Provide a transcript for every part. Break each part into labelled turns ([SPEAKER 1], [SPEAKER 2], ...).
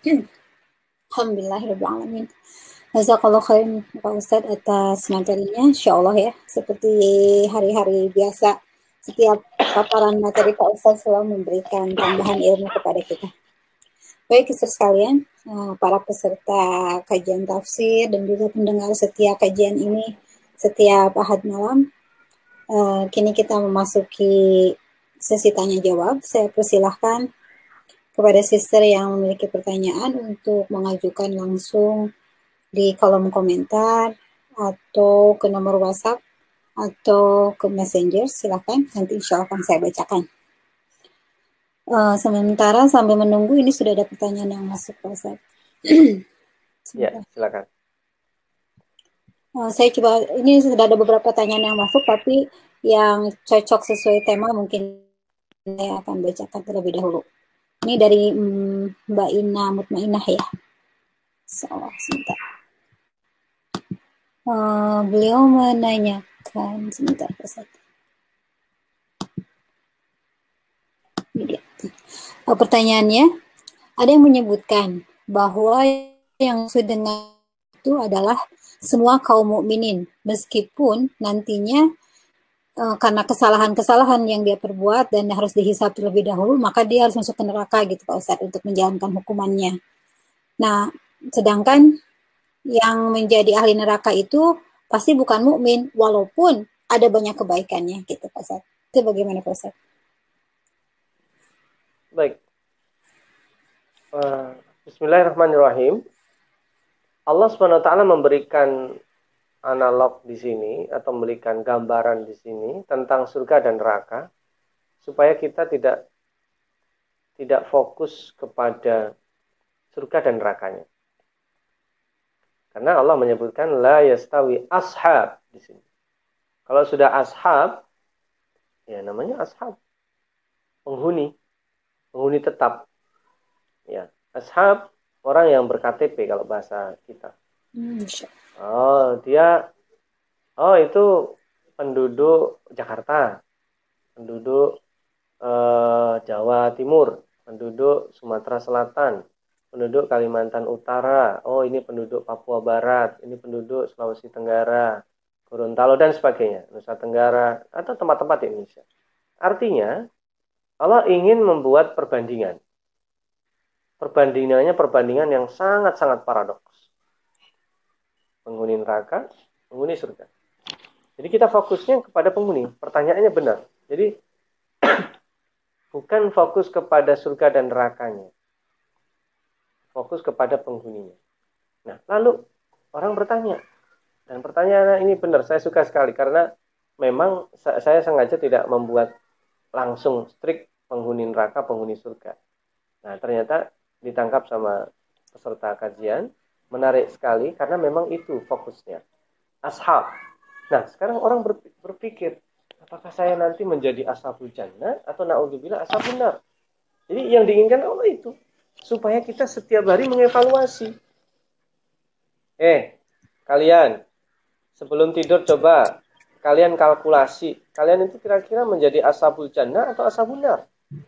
[SPEAKER 1] Alhamdulillahirrahmanirrahim. Jazakallah khairan Pak Ustadz atas materinya, insya Allah ya. Seperti hari-hari biasa, setiap paparan materi Pak Ustadz selalu memberikan tambahan ilmu kepada kita. Baik, istri sekalian, para peserta kajian tafsir dan juga pendengar setiap kajian ini setiap Ahad malam. Kini kita memasuki sesi tanya jawab. Saya persilahkan kepada sister yang memiliki pertanyaan untuk mengajukan langsung di kolom komentar atau ke nomor WhatsApp atau ke Messenger. Silahkan, nanti insya Allah akan saya bacakan. Sementara sambil menunggu, ini sudah ada pertanyaan yang masuk, Pak Ustaz.
[SPEAKER 2] Ya, silakan.
[SPEAKER 1] Saya coba, ini sudah ada beberapa pertanyaan yang masuk, tapi yang cocok sesuai tema mungkin saya akan bacakan terlebih dahulu. Ini dari Mbak Ina Mutmainah ya. Sebentar. Beliau menanyakan, sebentar Pak Ustaz. Pertanyaannya, ada yang menyebutkan bahwa yang maksud dengan itu adalah semua kaum mukminin, meskipun nantinya karena kesalahan-kesalahan yang dia perbuat dan harus dihisab terlebih dahulu, maka dia harus masuk ke neraka gitu Pak Ustadz untuk menjalankan hukumannya. Nah, sedangkan yang menjadi ahli neraka itu pasti bukan mukmin, walaupun ada banyak kebaikannya gitu Pak Ustadz. Itu bagaimana Pak Ustadz?
[SPEAKER 2] Baik. Bismillahirrahmanirrahim. Allah SWT memberikan analog di sini atau memberikan gambaran di sini tentang surga dan neraka supaya kita tidak fokus kepada surga dan nerakanya. Karena Allah menyebutkan la yastawi ashab di sini. Kalau sudah ashab, ya namanya ashab, penghuni tetap. Ya, ashab orang yang berKTP kalau bahasa kita. Itu penduduk Jakarta, penduduk Jawa Timur, penduduk Sumatera Selatan, penduduk Kalimantan Utara, ini penduduk Papua Barat, ini penduduk Sulawesi Tenggara, Gorontalo dan sebagainya, Nusa Tenggara atau tempat-tempat di Indonesia. Artinya Allah ingin membuat perbandingan. Perbandingannya perbandingan yang sangat-sangat paradoks. Penghuni neraka, penghuni surga. Jadi kita fokusnya kepada penghuni. Pertanyaannya benar. Jadi bukan fokus kepada surga dan nerakanya. Fokus kepada penghuninya. Nah, lalu orang bertanya. Dan pertanyaan ini benar, saya suka sekali. Karena memang saya sengaja tidak membuat langsung strict penghuni neraka, penghuni surga. Nah, ternyata ditangkap sama peserta kajian, menarik sekali karena memang itu fokusnya. Ashab. Nah, sekarang orang berpikir, apakah saya nanti menjadi ashabul jannah atau na'udzubillah ashabun nar? Jadi yang diinginkan Allah itu supaya kita setiap hari mengevaluasi. Kalian sebelum tidur coba kalian kalkulasi, kalian itu kira-kira menjadi ashabul jannah atau ashabun nar?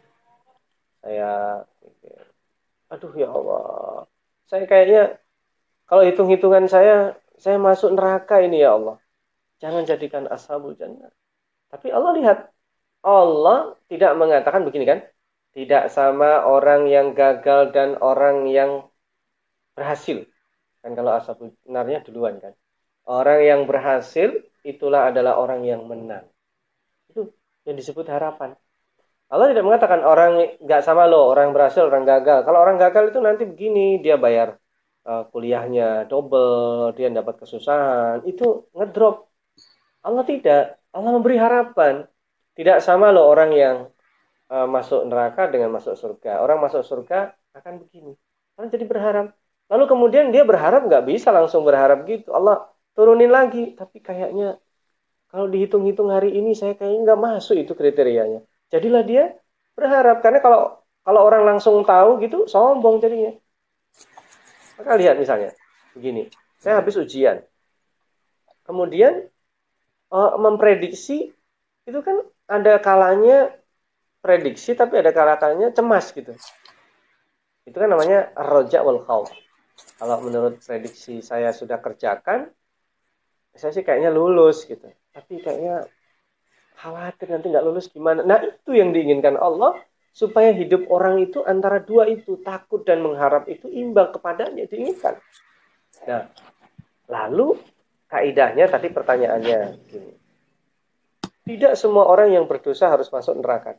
[SPEAKER 2] Saya pikir, aduh ya Allah, saya kayaknya kalau hitung-hitungan saya masuk neraka ini ya Allah. Jangan jadikan ashabul jannah. Tapi Allah lihat, Allah tidak mengatakan begini kan, tidak sama orang yang gagal dan orang yang berhasil. Kan kalau ashabul narnya duluan kan. Orang yang berhasil itulah adalah orang yang menang. Itu yang disebut harapan. Allah tidak mengatakan orang nggak sama loh, orang berhasil, orang gagal. Kalau orang gagal itu nanti begini, dia bayar kuliahnya double, dia dapat kesusahan, itu ngedrop. Allah tidak, Allah memberi harapan. Tidak sama loh orang yang masuk neraka dengan masuk surga. Orang masuk surga akan begini. Orang jadi berharap. Lalu kemudian dia berharap nggak bisa langsung berharap gitu. Allah turunin lagi, tapi kayaknya kalau dihitung-hitung hari ini saya kayaknya nggak masuk itu kriterianya. Jadilah dia berharap, karena kalau orang langsung tahu gitu, sombong jadinya. Maka lihat misalnya, begini, saya habis ujian. Kemudian memprediksi, itu kan ada kalanya prediksi, tapi ada kalanya cemas gitu. Itu kan namanya ar-raja wal khauf. Kalau menurut prediksi saya sudah kerjakan, saya sih kayaknya lulus gitu. Tapi kayaknya khawatir nanti nggak lulus gimana. Nah itu yang diinginkan Allah, supaya hidup orang itu antara dua itu, takut dan mengharap itu imbang kepadanya, diinginkan. Nah, lalu kaidahnya tadi pertanyaannya gini. Tidak semua orang yang berdosa harus masuk neraka.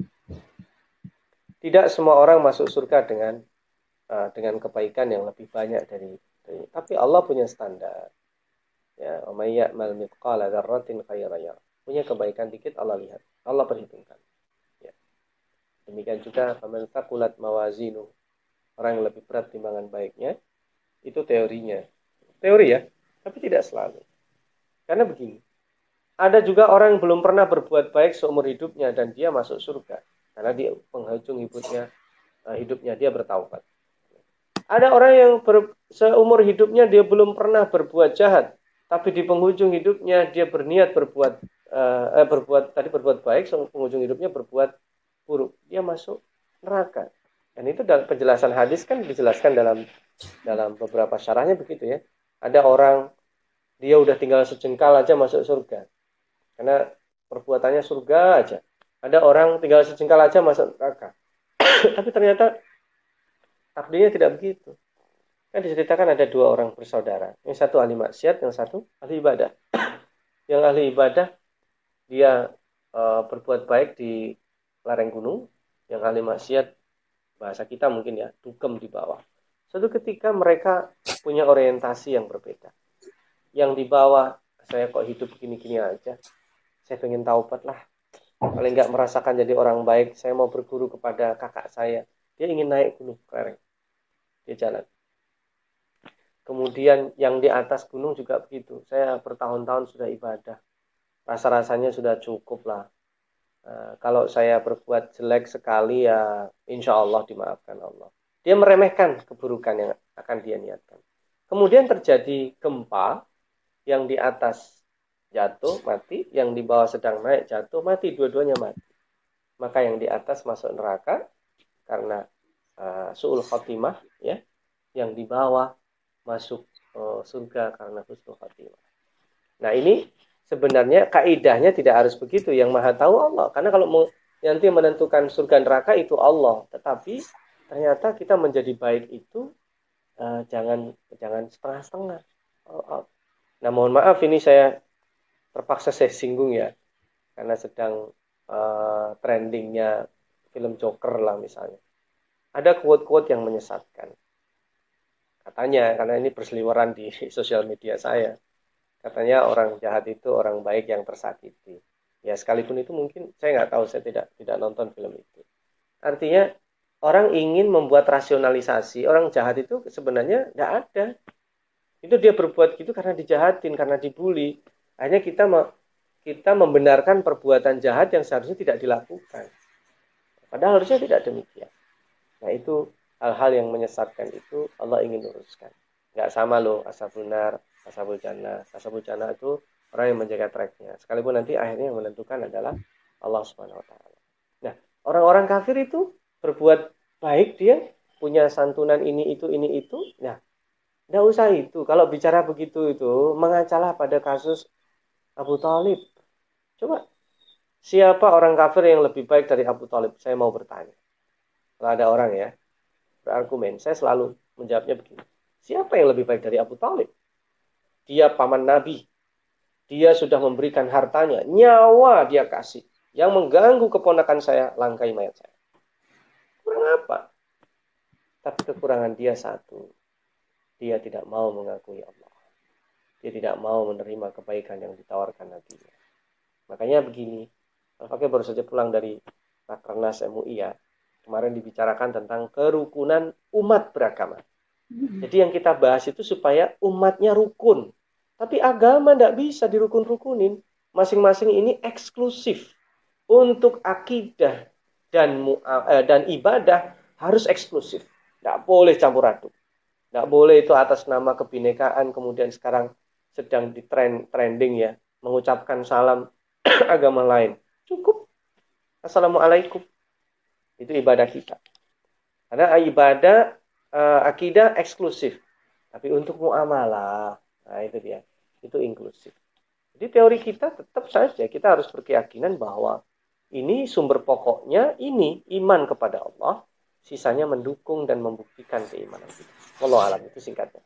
[SPEAKER 2] Tidak semua orang masuk surga dengan kebaikan yang lebih banyak dari tapi Allah punya standar. Ya, may ya'mal mithqala dzarratin khairan yarah. Punya kebaikan dikit Allah lihat. Allah perhitungkan. Ya. Demikian juga faman thaqulat mawazinu. Orang yang lebih berat timbangan baiknya, itu teorinya. Teori ya, tapi tidak selalu. Karena begini, ada juga orang yang belum pernah berbuat baik seumur hidupnya dan dia masuk surga. Karena di penghujung hidupnya dia bertaubat. Ada orang yang seumur hidupnya dia belum pernah berbuat jahat, tapi di penghujung hidupnya dia berniat berbuat baik, penghujung hidupnya berbuat buruk. Dia masuk neraka. Dan itu dalam penjelasan hadis kan dijelaskan dalam beberapa syarahnya begitu ya. Ada orang dia udah tinggal sejengkal aja masuk surga. Karena perbuatannya surga aja. Ada orang tinggal sejengkal aja masuk neraka. Tapi ternyata takdirnya tidak begitu. Kan diceritakan ada dua orang bersaudara. Yang satu ahli maksiat, yang satu ahli ibadah. Yang ahli ibadah dia berbuat baik di lereng gunung. Yang ahli maksiat, bahasa kita mungkin ya, dugem di bawah. Suatu ketika mereka punya orientasi yang berbeda. Yang di bawah, saya kok hidup gini-gini aja. Saya pengen taubat lah. Paling nggak merasakan jadi orang baik. Saya mau berguru kepada kakak saya. Dia ingin naik gunung lereng. Dia jalan. Kemudian yang di atas gunung juga begitu. Saya bertahun-tahun sudah ibadah. Rasa-rasanya sudah cukup lah. Kalau saya berbuat jelek sekali ya insya Allah dimaafkan Allah. Dia meremehkan keburukan yang akan dia niatkan. Kemudian terjadi gempa, yang di atas jatuh mati, yang di bawah sedang naik jatuh mati, dua-duanya mati. Maka yang di atas masuk neraka karena su'ul khotimah ya, yang di bawah masuk surga karena husnul khotimah. Nah ini sebenarnya kaidahnya tidak harus begitu. Yang maha tahu Allah. Karena kalau nanti menentukan surga neraka itu Allah. Tetapi ternyata kita menjadi baik itu jangan setengah-setengah. Nah mohon maaf ini saya terpaksa saya singgung ya. Karena sedang trendingnya film Joker lah misalnya. Ada quote-quote yang menyesatkan. Katanya, karena ini berseliweran di sosial media saya. Katanya orang jahat itu orang baik yang tersakiti. Ya sekalipun itu mungkin saya nggak tahu, saya tidak nonton film itu. Artinya orang ingin membuat rasionalisasi orang jahat itu sebenarnya nggak ada. Itu dia berbuat gitu karena dijahatin, karena dibully. Hanya kita membenarkan perbuatan jahat yang seharusnya tidak dilakukan. Padahal harusnya tidak demikian. Nah itu hal-hal yang menyesatkan itu Allah ingin luruskan. Nggak sama loh ashabul nar, ashabul jannah. Ashabul jannah itu orang yang menjaga tracknya. Sekalipun nanti akhirnya yang menentukan adalah Allah Subhanahu wa taala. Nah, orang-orang kafir itu berbuat baik, dia punya santunan ini itu. Nah, enggak usah itu. Kalau bicara begitu itu mengacalah pada kasus Abu Thalib. Coba siapa orang kafir yang lebih baik dari Abu Thalib? Saya mau bertanya. Kalau ada orang ya berargumen, saya selalu menjawabnya begini. Siapa yang lebih baik dari Abu Thalib? Dia paman Nabi. Dia sudah memberikan hartanya, nyawa dia kasih. Yang mengganggu keponakan saya, langkai mayat saya. Kurang apa? Tapi kekurangan dia satu. Dia tidak mau mengakui Allah. Dia tidak mau menerima kebaikan yang ditawarkan Nabi. Makanya begini, Al-Fakir baru saja pulang dari Rakernas MUI ya. Kemarin dibicarakan tentang kerukunan umat beragama. Jadi yang kita bahas itu supaya umatnya rukun. Tapi agama tidak bisa dirukun-rukunin. Masing-masing ini eksklusif. Untuk akidah dan ibadah harus eksklusif. Tidak boleh campur aduk. Tidak boleh itu atas nama kebinekaan. Kemudian sekarang sedang di trending ya. Mengucapkan salam agama lain. Cukup. Assalamualaikum. Itu ibadah kita. Karena ibadah akidah eksklusif. Tapi untuk muamalah, nah itu dia. Itu inklusif. Jadi teori kita tetap saja kita harus berkeyakinan bahwa ini sumber pokoknya, ini iman kepada Allah, sisanya mendukung dan membuktikan keimanan kita. Wallahu alam, itu singkatnya.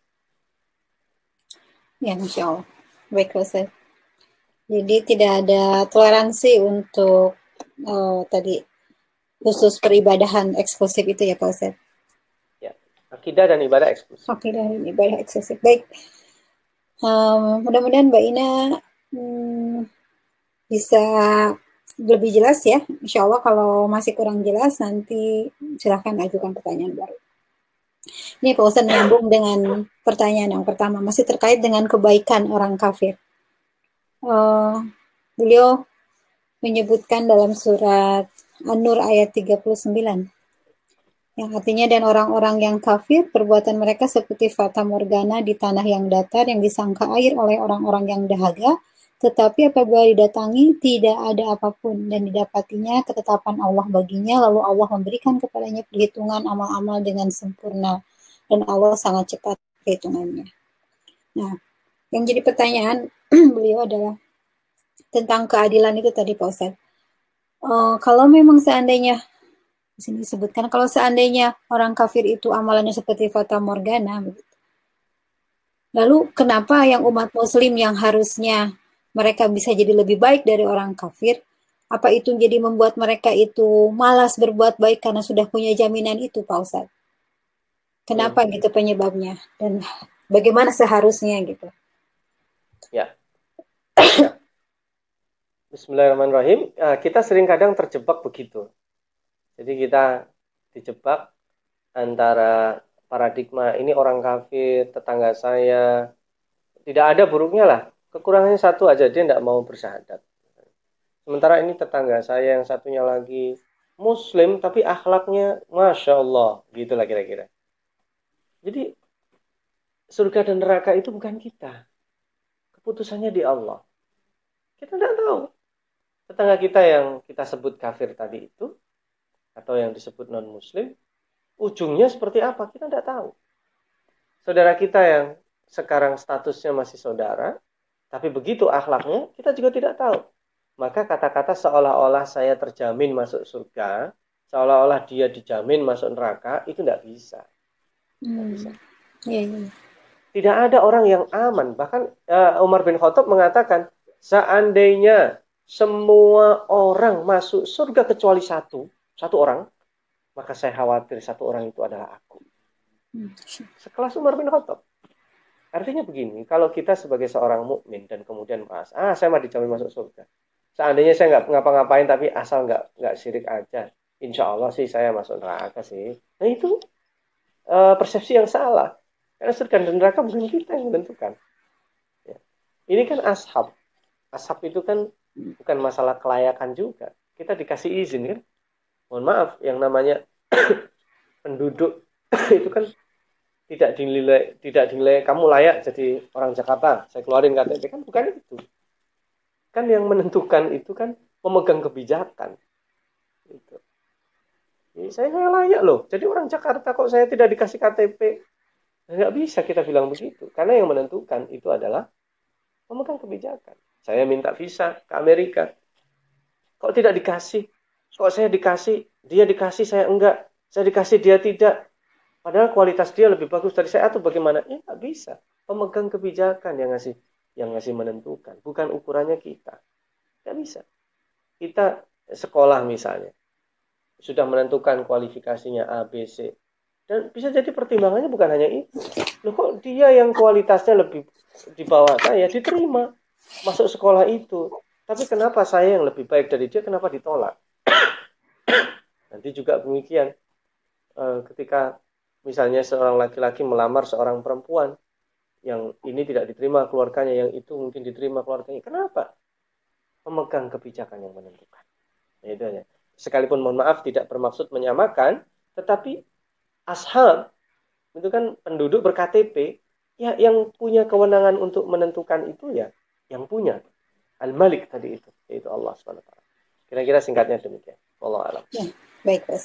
[SPEAKER 1] Ya, Masya Allah. Baik, Ustaz. Jadi tidak ada toleransi untuk tadi khusus peribadahan eksklusif itu ya Pak Ustaz?
[SPEAKER 2] Ya, akidah dan ibadah eksklusif.
[SPEAKER 1] Akidah dan ibadah eksklusif. Baik. Mudah-mudahan Mbak Ina bisa lebih jelas ya. Insya Allah kalau masih kurang jelas nanti silahkan ajukan pertanyaan baru. Ini Pak Ustaz menyambung dengan pertanyaan yang pertama, masih terkait dengan kebaikan orang kafir. Beliau menyebutkan dalam surat An-Nur ayat 39, yang artinya, dan orang-orang yang kafir, perbuatan mereka seperti fata morgana di tanah yang datar yang disangka air oleh orang-orang yang dahaga, tetapi apabila didatangi tidak ada apapun dan didapatinya ketetapan Allah baginya, lalu Allah memberikan kepadanya perhitungan amal-amal dengan sempurna dan Allah sangat cepat perhitungannya. Nah, yang jadi pertanyaan beliau adalah tentang keadilan itu tadi Pak Ustaz. Kalau memang seandainya di sini disebutkan kalau seandainya orang kafir itu amalannya seperti fata morgana, lalu kenapa yang umat muslim yang harusnya mereka bisa jadi lebih baik dari orang kafir, apa itu jadi membuat mereka itu malas berbuat baik karena sudah punya jaminan itu Pak Ustaz? Kenapa gitu penyebabnya dan bagaimana seharusnya gitu?
[SPEAKER 2] Ya. Bismillahirrahmanirrahim. Kita sering kadang terjebak begitu. Jadi kita dijebak antara paradigma ini orang kafir, tetangga saya. Tidak ada buruknya lah. Kekurangannya satu aja, dia tidak mau bersyahadat. Sementara ini tetangga saya yang satunya lagi Muslim, tapi akhlaknya Masya Allah. Gitulah kira-kira. Jadi surga dan neraka itu bukan kita. Keputusannya di Allah. Kita tidak tahu. Tetangga kita yang kita sebut kafir tadi itu, atau yang disebut non-muslim, ujungnya seperti apa? Kita tidak tahu. Saudara kita yang sekarang statusnya masih saudara, tapi begitu akhlaknya, kita juga tidak tahu. Maka kata-kata seolah-olah saya terjamin masuk surga, seolah-olah dia dijamin masuk neraka, itu tidak bisa. Tidak bisa. Tidak ada orang yang aman. Bahkan Umar bin Khattab mengatakan, seandainya semua orang masuk surga kecuali satu orang, maka saya khawatir satu orang itu adalah aku. Sekelas Umar bin Khattab. Artinya begini, kalau kita sebagai seorang mukmin dan kemudian bahas, saya mah dijamin masuk surga. Seandainya saya nggak ngapa-ngapain tapi asal nggak syirik aja, insya Allah sih saya masuk neraka sih. Nah itu persepsi yang salah. Karena surga dan neraka bukan kita yang menentukan. Ya. Ini kan ashab. Ashab itu kan bukan masalah kelayakan juga. Kita dikasih izin kan. Mohon maaf, yang namanya penduduk itu kan tidak dinilai kamu layak jadi orang Jakarta. Saya keluarin KTP kan bukan itu. Kan yang menentukan itu kan pemegang kebijakan. Gitu. Saya layak loh. Jadi orang Jakarta kok saya tidak dikasih KTP. Nggak bisa kita bilang begitu. Karena yang menentukan itu adalah pemegang kebijakan. Saya minta visa ke Amerika. Kok tidak dikasih? Kok saya dikasih? Dia dikasih, saya enggak. Saya dikasih, dia tidak. Padahal kualitas dia lebih bagus dari saya atau bagaimana? Ya nggak bisa. Pemegang kebijakan yang ngasih menentukan. Bukan ukurannya kita. Nggak bisa. Kita sekolah misalnya. Sudah menentukan kualifikasinya A, B, C. Dan bisa jadi pertimbangannya bukan hanya itu. Loh kok dia yang kualitasnya lebih di bawah saya diterima masuk sekolah itu. Tapi kenapa saya yang lebih baik dari dia, kenapa ditolak? Nanti juga demikian. Ketika misalnya seorang laki-laki melamar seorang perempuan, yang ini tidak diterima keluarganya, yang itu mungkin diterima keluarganya. Kenapa? Pemegang kebijakan yang menentukan. Itu aja. Sekalipun mohon maaf tidak bermaksud menyamakan, tetapi ashab itu kan penduduk ber-KTP, ya yang punya kewenangan untuk menentukan itu ya yang punya Al-Malik tadi itu, yaitu Allah SWT. Kira-kira singkatnya demikian. Wallahu a'lam.
[SPEAKER 1] Ya, baik Ustaz.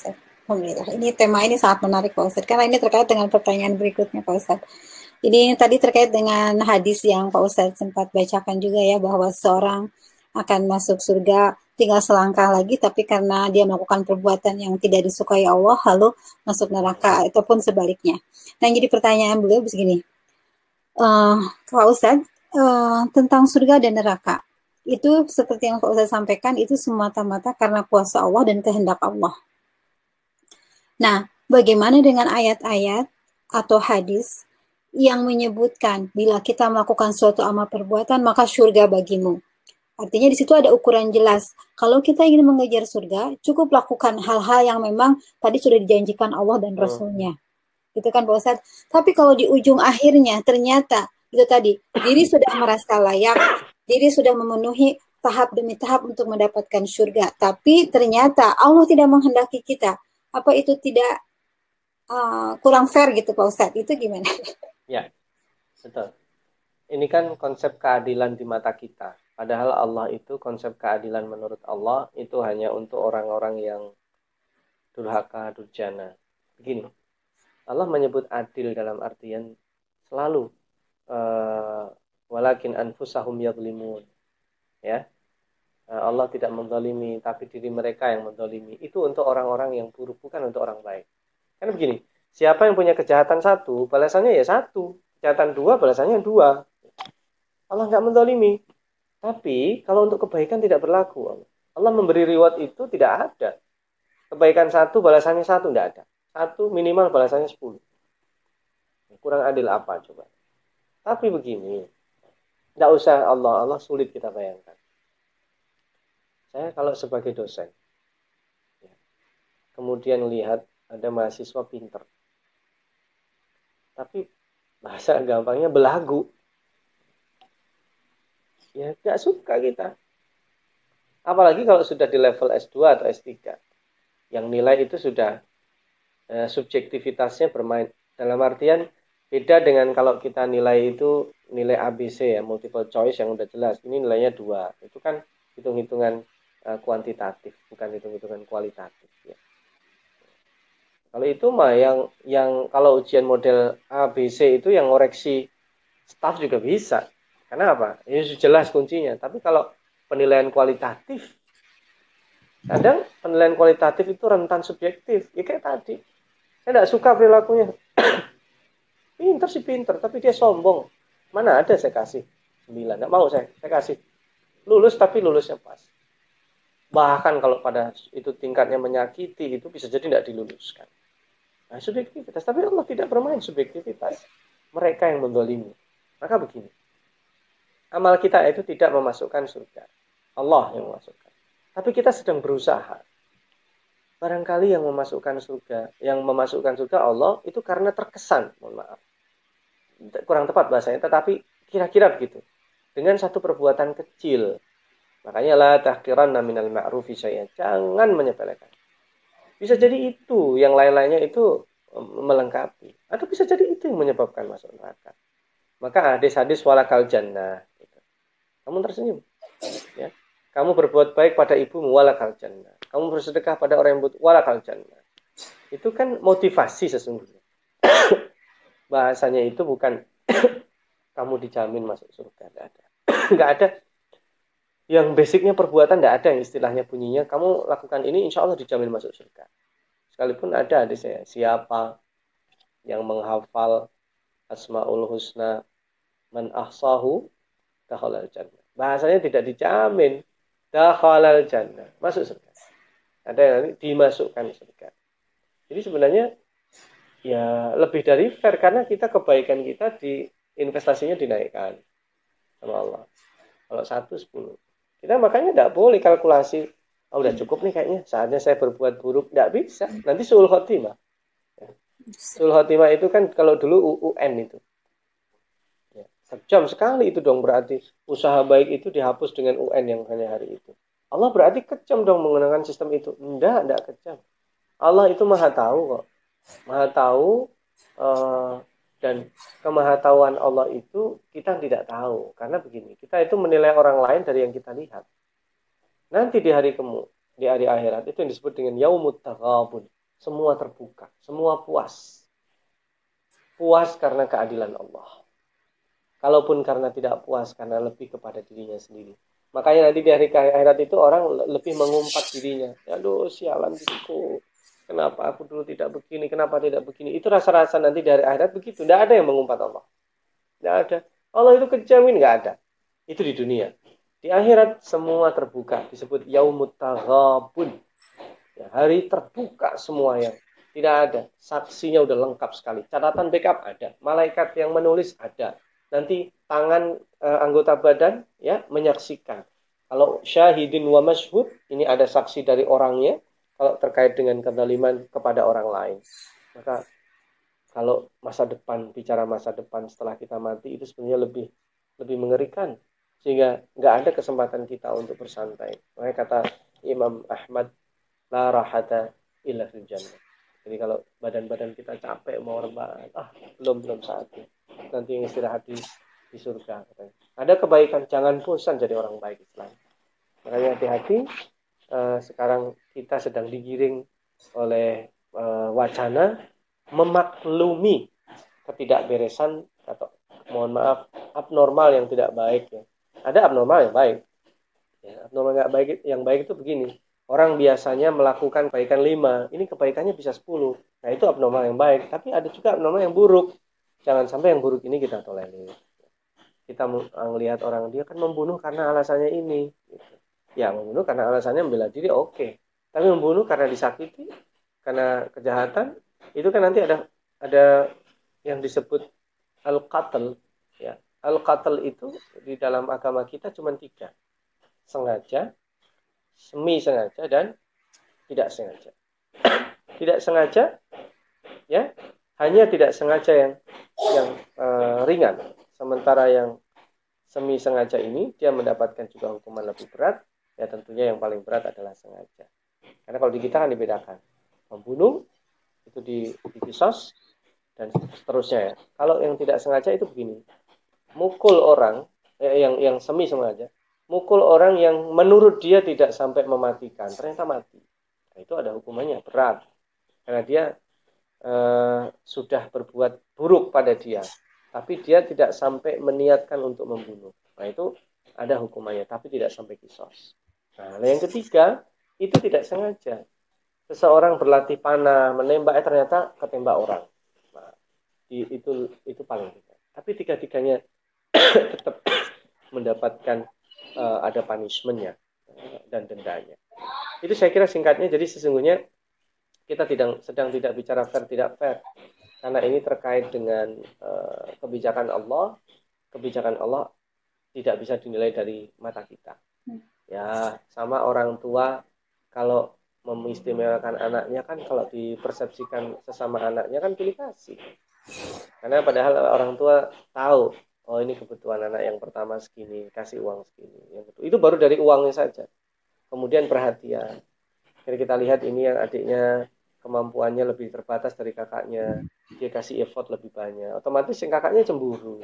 [SPEAKER 1] Alhamdulillah. Ini tema ini sangat menarik Pak Ustadz, karena ini terkait dengan pertanyaan berikutnya Pak Ustadz. Ini tadi terkait dengan hadis yang Pak Ustadz sempat bacakan juga ya, bahwa seorang akan masuk surga tinggal selangkah lagi, tapi karena dia melakukan perbuatan yang tidak disukai Allah, lalu masuk neraka, ataupun sebaliknya. Nah, jadi pertanyaan beliau begini, Pak Ustadz, tentang surga dan neraka, itu seperti yang Pak Ustadz sampaikan, itu semata-mata karena kuasa Allah dan kehendak Allah. Nah, bagaimana dengan ayat-ayat atau hadis yang menyebutkan bila kita melakukan suatu amal perbuatan maka surga bagimu? Artinya di situ ada ukuran jelas. Kalau kita ingin mengejar surga, cukup lakukan hal-hal yang memang tadi sudah dijanjikan Allah dan Rasulnya. Gitu kan Pak Ustadz? Tapi kalau di ujung akhirnya ternyata itu tadi, diri sudah merasa layak, diri sudah memenuhi tahap demi tahap untuk mendapatkan surga. Tapi ternyata Allah tidak menghendaki kita. Apa itu tidak kurang fair gitu Pak Ustadz? Itu gimana?
[SPEAKER 2] Ya, betul. Ini kan konsep keadilan di mata kita. Padahal Allah itu, konsep keadilan menurut Allah itu hanya untuk orang-orang yang durhaka, durjana. Begini, Allah menyebut adil dalam artian selalu walakin anfusahum yadlimun. Ya, Allah tidak menzalimi, tapi diri mereka yang menzalimi. Itu untuk orang-orang yang buruk, bukan untuk orang baik. Karena begini, siapa yang punya kejahatan satu, balasannya ya satu. Kejahatan dua, balasannya dua. Allah nggak menzalimi. Tapi kalau untuk kebaikan tidak berlaku. Allah memberi reward itu tidak ada. Kebaikan satu, balasannya satu, tidak ada. Satu minimal balasannya 10. Kurang adil apa coba? Tapi begini, tidak usah Allah sulit kita bayangkan. Saya kalau sebagai dosen, kemudian lihat ada mahasiswa pinter, tapi bahasa gampangnya belagu, ya gak suka kita. Apalagi kalau sudah di level S2 atau S3, yang nilai itu sudah subjektivitasnya bermain. Dalam artian beda dengan kalau kita nilai itu nilai ABC ya, multiple choice yang udah jelas. Ini nilainya 2. Itu kan hitung-hitungan kuantitatif, bukan hitung-hitungan kualitatif ya. Kalau itu mah yang kalau ujian model ABC itu yang ngoreksi staff juga bisa. Karena apa? Ini jelas kuncinya. Tapi kalau penilaian kualitatif, kadang penilaian kualitatif itu rentan subjektif. Ya kayak tadi. Saya tidak suka perilakunya. Pinter sih pinter, tapi dia sombong. Mana ada saya kasih 9. Nggak mau saya kasih. Lulus tapi lulusnya pas. Bahkan kalau pada itu tingkatnya menyakiti, itu bisa jadi tidak diluluskan. Nah, subjektivitas. Tapi Allah tidak bermain subjektivitas. Mereka yang menzalimi. Maka begini. Amal kita itu tidak memasukkan surga. Allah yang memasukkan. Tapi kita sedang berusaha. Barangkali yang memasukkan surga Allah itu karena terkesan, mohon maaf. Kurang tepat bahasanya, tetapi kira-kira begitu. Dengan satu perbuatan kecil. Makanya la tahqiranna minal ma'rufi syai'an. Jangan menyepelekan. Bisa jadi itu, yang lain-lainnya itu melengkapi. Atau bisa jadi itu yang menyebabkan masuk neraka. Maka hadis-hadis walakal jannah. Kamu tersenyum. Ya. Kamu berbuat baik pada ibumu walakal jannah. Kamu bersedekah pada orang yang butuh walakal jannah. Itu kan motivasi sesungguhnya. Bahasanya itu bukan kamu dijamin masuk surga. Tidak ada. Nggak ada. Yang basicnya perbuatan tidak ada yang istilahnya bunyinya. Kamu lakukan ini insya Allah dijamin masuk surga. Sekalipun ada hadisnya. Siapa yang menghafal Asmaul Husna man ahsahu dakhalal jannah. Bahasanya tidak dijamin dakhalal jannah, masuk surga. Ada yang nanti dimasukkan surga. Jadi sebenarnya ya lebih dari fair karena kita kebaikan kita di investasinya dinaikkan sama Allah. Kalau 1-10. Kita makanya tidak boleh kalkulasi. Udah cukup nih kayaknya. Saatnya saya berbuat buruk. Tidak bisa. Nanti suul khotimah. Suul khotimah itu kan kalau dulu UN itu. Kejam sekali itu dong berarti usaha baik itu dihapus dengan UN yang hanya hari itu. Allah berarti kejam dong menggunakan sistem itu. Enggak kejam. Allah itu maha tahu kok. Maha tahu dan kemahatauan Allah itu kita tidak tahu. Karena begini, kita itu menilai orang lain dari yang kita lihat. Nanti di hari akhirat itu yang disebut dengan yaumut taghabun. semua terbuka, semua puas. Puas karena keadilan Allah. Kalaupun karena tidak puas, karena lebih kepada dirinya sendiri. Makanya nanti di hari akhirat itu orang lebih mengumpat dirinya. Aduh, sialan diriku. Kenapa aku dulu tidak begini, kenapa tidak begini. Itu rasa-rasa nanti di hari akhirat begitu. Tidak ada yang mengumpat Allah. Tidak ada. Allah itu kejamin, nggak ada. Itu di dunia. Di akhirat semua terbuka. Disebut yaumut taghabun. Ya, hari terbuka semua yang tidak ada. Saksinya udah lengkap sekali. Catatan backup ada. Malaikat yang menulis ada. Nanti tangan anggota badan ya menyaksikan. Kalau syahidin wa masyhud, ini ada saksi dari orangnya. Kalau terkait dengan kezaliman kepada orang lain. Maka kalau masa depan, bicara masa depan setelah kita mati, itu sebenarnya lebih mengerikan. Sehingga nggak ada kesempatan kita untuk bersantai. Makanya kata Imam Ahmad, la rahata illa fil jannah. Jadi kalau badan-badan kita capek mau rebahan, belum saatnya. Nanti yang istirahat di surga. Katanya. Ada kebaikan, jangan bosan jadi orang baik Islam. Makanya hati-hati. Sekarang kita sedang digiring oleh wacana memaklumi ketidakberesan atau mohon maaf abnormal yang tidak baik ya. Ada abnormal yang baik. Ya, abnormal yang baik itu begini. Orang biasanya melakukan kebaikan 5, ini kebaikannya bisa 10. Nah, itu abnormal yang baik, tapi ada juga abnormal yang buruk. Jangan sampai yang buruk ini kita tolerir. Kita melihat orang dia kan membunuh karena alasannya ini. Gitu. Ya, membunuh karena alasannya membela diri, oke. Tapi membunuh karena disakiti, karena kejahatan, itu kan nanti ada yang disebut al-qatl. Ya. Al-qatl itu di dalam agama kita cuma 3. Sengaja, semi sengaja, dan tidak sengaja. Tidak sengaja, ya, hanya tidak sengaja yang ringan. Sementara yang semi sengaja ini dia mendapatkan juga hukuman lebih berat. Ya tentunya yang paling berat adalah sengaja. Karena kalau di kita kan dibedakan. Membunuh itu dikisos dan seterusnya ya. Kalau yang tidak sengaja itu begini. Mukul orang yang semi sengaja, mukul orang yang menurut dia tidak sampai mematikan, ternyata mati. Nah, itu ada hukumannya berat. Karena dia sudah berbuat buruk pada dia. Tapi dia tidak sampai meniatkan untuk membunuh. Nah itu ada hukumannya, tapi tidak sampai kisos. Nah, yang ketiga, itu tidak sengaja. Seseorang berlatih panah, menembak, ternyata ketembak orang. Nah, itu paling tidak. Tapi tiga-tiganya tetap mendapatkan ada punishment-nya dan dendanya. Itu saya kira singkatnya, jadi sesungguhnya kita sedang tidak bicara fair, tidak fair. Karena ini terkait dengan kebijakan Allah. Kebijakan Allah tidak bisa dinilai dari mata kita. Ya, sama orang tua kalau mengistimewakan anaknya kan kalau dipersepsikan sesama anaknya kan pilih kasih. Karena padahal orang tua tahu, oh ini kebutuhan anak yang pertama segini, kasih uang segini. Itu baru dari uangnya saja. Kemudian perhatian. Jadi kita lihat ini yang adiknya kemampuannya lebih terbatas dari kakaknya, dia kasih effort lebih banyak. Otomatis yang kakaknya cemburu.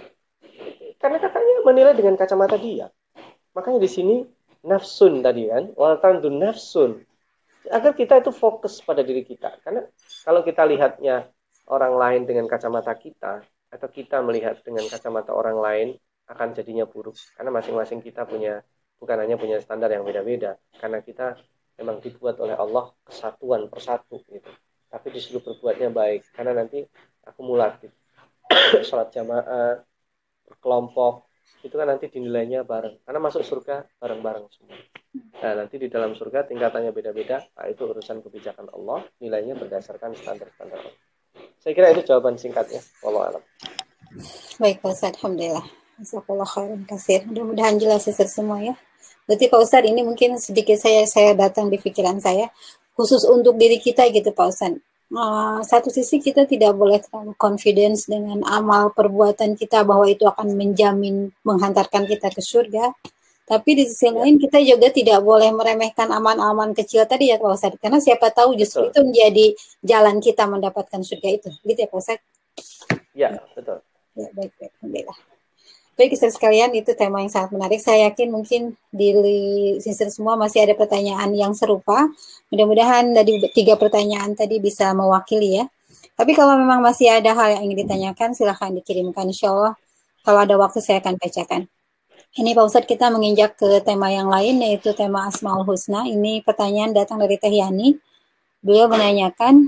[SPEAKER 2] Karena kakaknya menilai dengan kacamata dia. Makanya di sini nafsun tadi kan, waltandun nafsun. Agar kita itu fokus pada diri kita. Karena kalau kita lihatnya orang lain dengan kacamata kita, atau kita melihat dengan kacamata orang lain, akan jadinya buruk. Karena masing-masing kita bukan hanya punya standar yang beda-beda. Karena kita memang dibuat oleh Allah kesatuan persatu gitu. Tapi disuruh berbuatnya baik. Karena nanti akumulatif. Sholat jamaah, berkelompok, itu kan nanti dinilainya bareng. Karena masuk surga bareng-bareng semua. Nah, nanti di dalam surga tingkatannya beda-beda. Nah, itu urusan kebijakan Allah. Nilainya berdasarkan standar-standar Allah. Saya kira itu jawaban singkatnya. Wallahu a'lam.
[SPEAKER 1] Baik Pak Ustadz, alhamdulillah. Jazakallah khairan kasir. Mudah-mudahan jelas semua ya. Berarti Pak Ustadz ini mungkin sedikit saya datang di pikiran saya khusus untuk diri kita gitu Pak Ustadz. Satu sisi kita tidak boleh terlalu confidence dengan amal perbuatan kita bahwa itu akan menjamin menghantarkan kita ke surga. Tapi di sisi lain kita juga tidak boleh meremehkan aman-aman kecil tadi ya Pak Ustadz. Karena siapa tahu justru itu menjadi jalan kita mendapatkan surga itu. Gitu ya Pak Ustadz?
[SPEAKER 2] Ya, betul.
[SPEAKER 1] Ya, baik. Alhamdulillah. Baik, Sister sekalian, itu tema yang sangat menarik. Saya yakin mungkin di Sister semua masih ada pertanyaan yang serupa. Mudah-mudahan dari 3 pertanyaan tadi bisa mewakili ya. Tapi kalau memang masih ada hal yang ingin ditanyakan, silahkan dikirimkan. Insya Allah, kalau ada waktu saya akan bacakan. Ini Pak Ustadz, kita menginjak ke tema yang lain, yaitu tema Asmaul Husna. Ini pertanyaan datang dari Teh Yani. Beliau menanyakan,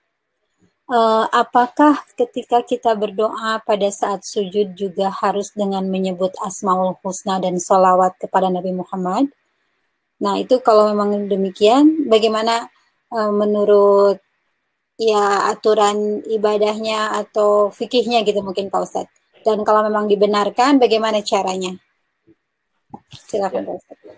[SPEAKER 1] apakah ketika kita berdoa pada saat sujud juga harus dengan menyebut Asmaul Husna dan sholawat kepada Nabi Muhammad? Nah, itu kalau memang demikian, bagaimana menurut ya aturan ibadahnya atau fikihnya gitu mungkin Pak Ustadz? Dan kalau memang dibenarkan, bagaimana caranya? Silakan Pak Ustadz.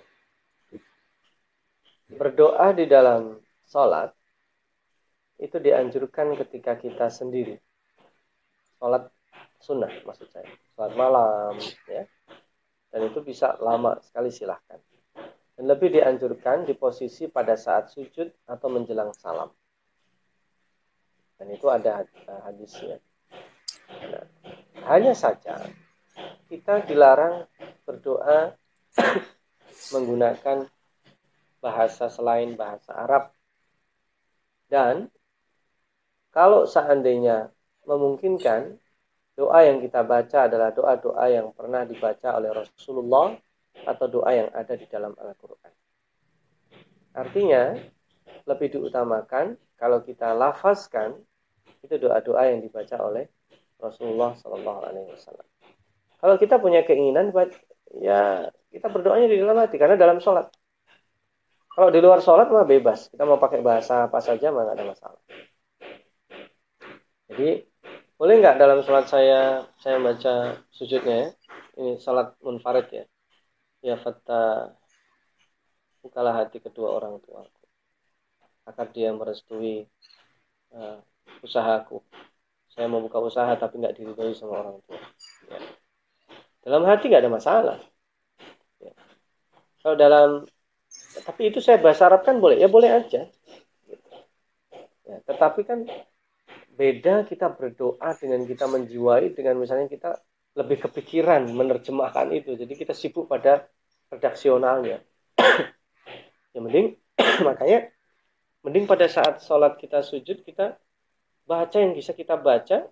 [SPEAKER 2] Berdoa di dalam sholat itu dianjurkan ketika kita sendiri. Sholat sunnah maksud saya. Sholat malam ya. Dan itu bisa lama sekali, silahkan. Dan lebih dianjurkan di posisi pada saat sujud atau menjelang salam. Dan itu ada hadisnya. Nah, hanya saja kita dilarang berdoa menggunakan bahasa selain bahasa Arab. Dan kalau seandainya memungkinkan, doa yang kita baca adalah doa-doa yang pernah dibaca oleh Rasulullah atau doa yang ada di dalam Al-Quran. Artinya, lebih diutamakan kalau kita lafazkan, itu doa-doa yang dibaca oleh Rasulullah SAW. Kalau kita punya keinginan, ya kita berdoanya di dalam hati, karena dalam sholat. Kalau di luar sholat mah bebas. Kita mau pakai bahasa apa saja mah nggak ada masalah. Jadi boleh nggak dalam sholat saya baca sujudnya ya? Ini sholat munfarid ya. Ya fattah, bukalah hati kedua orang tuaku, agar dia merestui usahaku. Saya mau buka usaha tapi nggak diridhoi sama orang tua. Ya. Dalam hati nggak ada masalah. Ya. Kalau tapi itu saya bahasa Arab kan boleh? Ya boleh aja. Ya, tetapi kan beda kita berdoa dengan kita menjiwai, dengan misalnya kita lebih kepikiran menerjemahkan itu. Jadi kita sibuk pada redaksionalnya. Ya mending, makanya mending pada saat sholat kita sujud, kita baca yang bisa kita baca.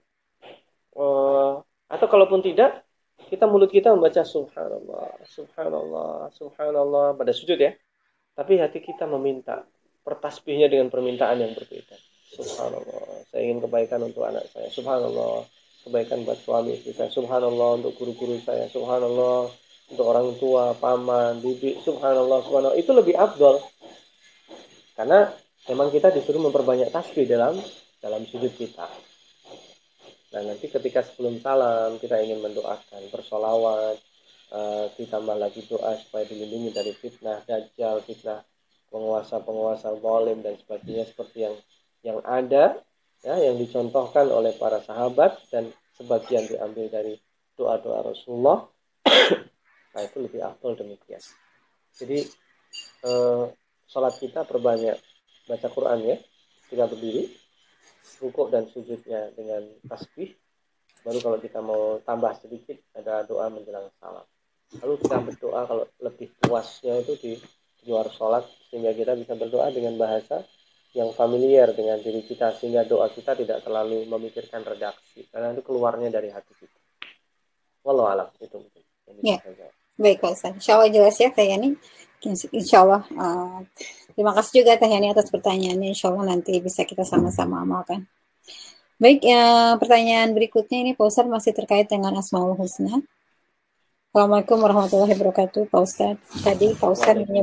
[SPEAKER 2] Atau kalaupun tidak, mulut kita membaca subhanallah, subhanallah, subhanallah pada sujud ya. Tapi hati kita meminta, bertasbihnya dengan permintaan yang berbeda. Subhanallah, saya ingin kebaikan untuk anak saya. Subhanallah, kebaikan buat suami istri saya. Subhanallah untuk guru-guru saya. Subhanallah untuk orang tua, paman, bibi. Subhanallah, subhanallah. Itu lebih afdol. Karena memang kita disuruh memperbanyak tasbih dalam sujud kita. Nah, nanti ketika sebelum salam kita ingin mendoakan, bersolawat, ditambah lagi doa supaya dilindungi dari fitnah dajjal, fitnah penguasa-penguasa zalim dan sebagainya, seperti yang ada ya, yang dicontohkan oleh para sahabat dan sebagian diambil dari doa-doa Rasulullah. Nah, itu lebih afdal demikian. Jadi sholat kita perbanyak baca Quran ya, kita berdiri, rukuk dan sujudnya dengan tasbih. Baru kalau kita mau tambah sedikit, ada doa menjelang salam. Lalu kita berdoa kalau lebih puasnya itu di luar sholat, sehingga kita bisa berdoa dengan bahasa yang familiar dengan diri kita, sehingga doa kita tidak terlalu memikirkan redaksi, karena itu keluarnya dari hati kita. Wallahu a'lam, itu mungkin.
[SPEAKER 1] Ya, baik Pak Ustaz. Insya Allah jelas ya Teh Yani. Insya Allah. Terima kasih juga Teh Yani atas pertanyaannya. Insya Allah nanti bisa kita sama-sama amalkan. Baik, pertanyaan berikutnya ini Pak Ustaz masih terkait dengan Asmaul Husna. Assalamualaikum warahmatullahi wabarakatuh, Pak Ustaz. Tadi Pak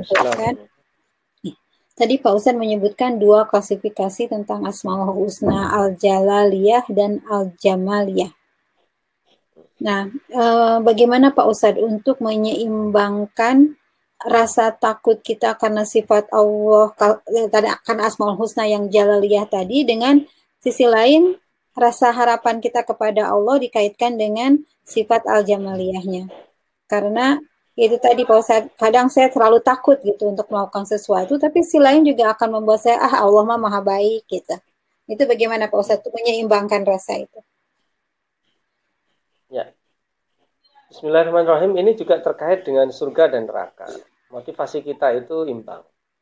[SPEAKER 1] Ustaz menyebutkan dua klasifikasi tentang Asmaul Husna, Al-Jalaliyah dan Al-Jamaliyah. Nah, bagaimana Pak Ustadz untuk menyeimbangkan rasa takut kita karena sifat Allah, karena Asmaul Husna yang Jalaliyah tadi, dengan sisi lain rasa harapan kita kepada Allah dikaitkan dengan sifat Al-Jamaliyahnya. Karena itu tadi Pak Ustadz, kadang saya terlalu takut gitu untuk melakukan sesuatu, tapi sisi lain juga akan membuat saya, Allah mah maha baik gitu. Itu bagaimana Pak Ustadz untuk menyeimbangkan rasa itu?
[SPEAKER 2] Ya, Bismillahirrahmanirrahim. Ini juga terkait dengan surga dan neraka. Motivasi kita itu imbang.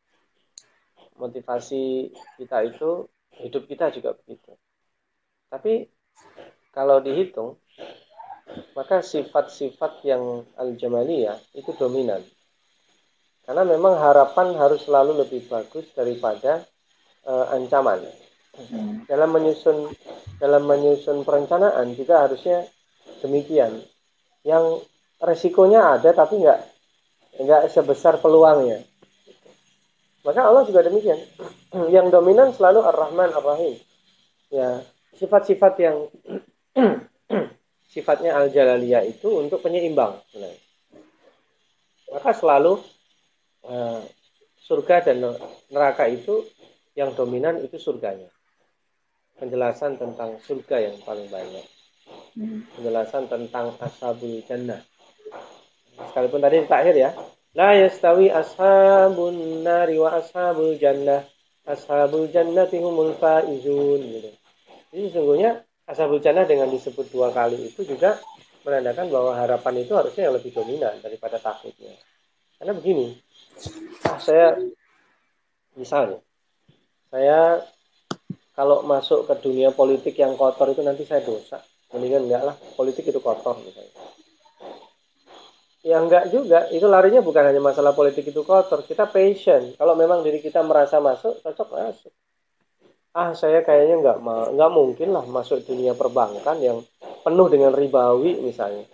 [SPEAKER 2] Motivasi kita itu, hidup kita juga begitu. Tapi kalau dihitung, maka sifat-sifat yang al-jamaliyah itu dominan. Karena memang harapan harus selalu lebih bagus daripada ancaman. Dalam menyusun perencanaan juga harusnya demikian. Yang resikonya ada tapi nggak sebesar peluangnya. Maka Allah juga demikian. Yang dominan selalu Ar-Rahman Ar-Rahim. Ya, sifat-sifat yang sifatnya al-jalaliyah itu untuk penyeimbang sebenarnya. Maka selalu surga dan neraka itu yang dominan itu surganya. Penjelasan tentang surga yang paling banyak. Penjelasan tentang ashabul jannah. Sekalipun tadi di akhir ya. La yastawi ashabun nari wa ashabul jannah. Ashabul jannati humul faizun gitu. Jadi sesungguhnya ashabul jannah dengan disebut 2 kali itu juga menandakan bahwa harapan itu harusnya yang lebih dominan daripada takutnya. Karena begini, saya misalnya, saya kalau masuk ke dunia politik yang kotor itu nanti saya dosa. Mendingan enggak lah, politik itu kotor misalnya. Ya enggak juga, itu larinya bukan hanya masalah politik itu kotor, kita passion. Kalau memang diri kita merasa masuk, cocok masuk. Saya kayaknya enggak mungkin lah masuk dunia perbankan yang penuh dengan ribawi misalnya.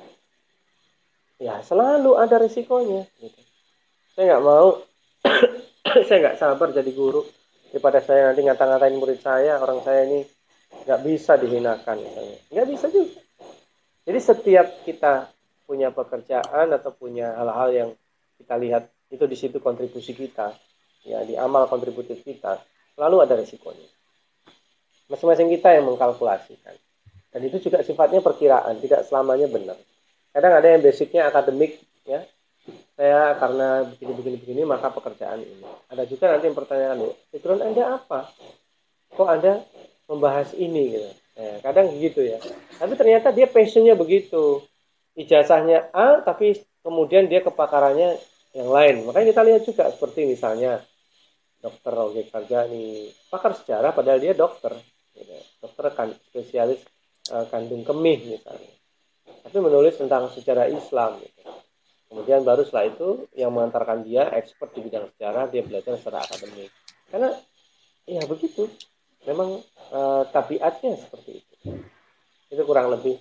[SPEAKER 2] Ya selalu ada risikonya. Gitu. Saya enggak mau, saya enggak sabar jadi guru. Daripada saya nanti ngata-ngatain murid saya, orang saya ini enggak bisa dihinakan misalnya. Enggak bisa juga. Jadi setiap kita punya pekerjaan atau punya hal-hal yang kita lihat itu di situ kontribusi kita, ya di amal kontributif kita, selalu ada resikonya. Masing-masing kita yang mengkalkulasikan. Dan itu juga sifatnya perkiraan, tidak selamanya benar. Kadang ada yang basicnya akademik, ya. Saya karena begini maka pekerjaan ini. Ada juga nanti yang pertanyaan, background Anda apa? Kok Anda membahas ini gitu. Kadang gitu ya. Tapi ternyata dia passionnya begitu. Ijazahnya A, tapi kemudian dia kepakarannya yang lain. Makanya kita lihat juga seperti misalnya Dokter Roger Sarjani, pakar sejarah padahal dia dokter. Gitu. Dokter kan spesialis kandung kemih misalnya. Tapi menulis tentang sejarah Islam. Gitu. Kemudian baru setelah itu yang mengantarkan dia expert di bidang sejarah, dia belajar secara akademik. Karena ya begitu. Memang tabiatnya seperti itu. Itu kurang lebih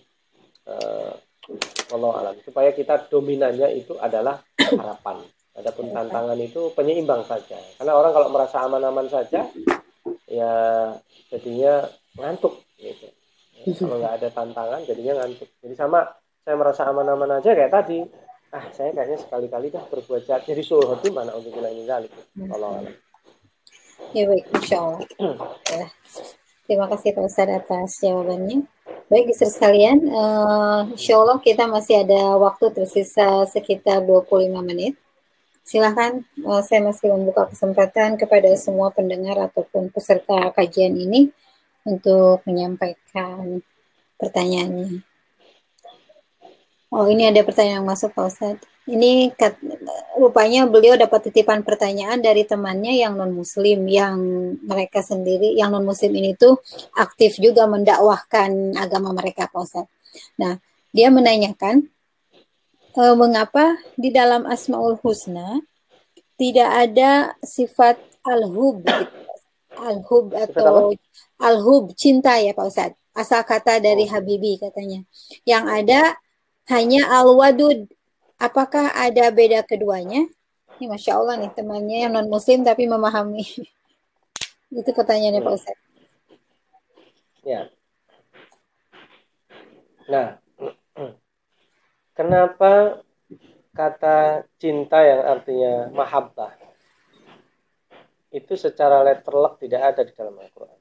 [SPEAKER 2] wallahu alam. Supaya kita dominannya itu adalah harapan. Adapun tantangan itu penyeimbang saja. Karena orang kalau merasa aman-aman saja, ya jadinya ngantuk gitu. Ya, kalau nggak ada tantangan, jadinya ngantuk. Jadi sama, saya merasa aman-aman aja kayak tadi. Saya kayaknya sekali-kali dah berbuat jahat. Jadi suruh hati mana untuk bilang ini kali. Wallahu alam.
[SPEAKER 1] Ya baik, Insya Allah. Ya. Terima kasih Pak Ustadz atas jawabannya. Baik, istri sekalian, insya Allah kita masih ada waktu tersisa sekitar 25 menit. Silahkan, saya masih membuka kesempatan kepada semua pendengar ataupun peserta kajian ini untuk menyampaikan pertanyaannya. Oh, ini ada pertanyaan yang masuk Pak Ustadz. Ini rupanya beliau dapat titipan pertanyaan dari temannya yang non-muslim, yang mereka sendiri, yang non-muslim ini tuh aktif juga mendakwahkan agama mereka Pak Ustadz. Nah, dia menanyakan, mengapa di dalam Asmaul Husna tidak ada sifat al-hub, gitu. Al-hub atau al-hub, cinta ya Pak Ustadz. Asal kata dari Habibi katanya. Yang ada hanya al-wadud. Apakah ada beda keduanya? Ini Masya Allah nih temannya yang non-muslim tapi memahami. Itu pertanyaannya Pak Ustadz.
[SPEAKER 2] Ya. Nah, kenapa kata cinta yang artinya mahabbah itu secara letterlock tidak ada di dalam Al-Quran?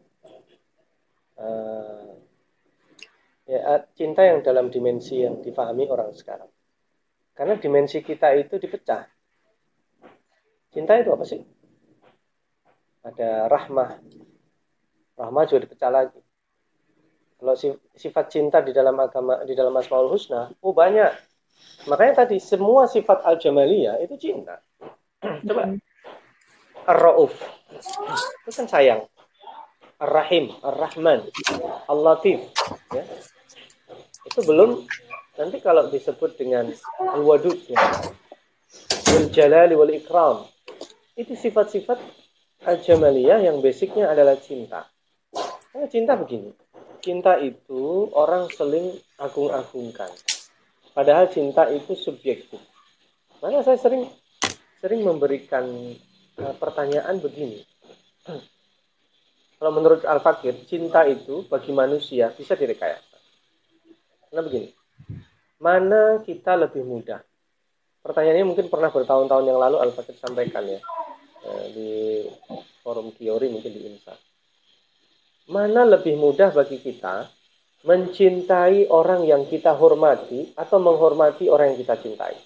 [SPEAKER 2] Cinta yang dalam dimensi yang difahami orang sekarang. Karena dimensi kita itu dipecah. Cinta itu apa sih? Ada rahmah. Rahmah juga dipecah lagi. Kalau sifat cinta di dalam agama, di dalam Asmaul Husna, banyak. Makanya tadi semua sifat al-jamaliyah itu cinta. Coba Ar-Rauf itu kan sayang. Ar-Rahim, Ar-Rahman, Al-Latif, ya. Itu belum nanti kalau disebut dengan Al-Wadud, ya. Wal Jalali wal Ikram. Itu sifat-sifat al-jamaliyah yang basicnya adalah cinta. Karena cinta begini. Cinta itu orang seling agung-agungkan. Padahal cinta itu subjektif. Maka saya sering memberikan pertanyaan begini. Kalau menurut Al-Fakir, cinta itu bagi manusia bisa direkayasa. Karena begini, mana kita lebih mudah? Pertanyaannya mungkin pernah bertahun-tahun yang lalu Al-Fakir sampaikan ya, di forum teori mungkin di INSA. Mana lebih mudah bagi kita mencintai orang yang kita hormati atau menghormati orang yang kita cintai?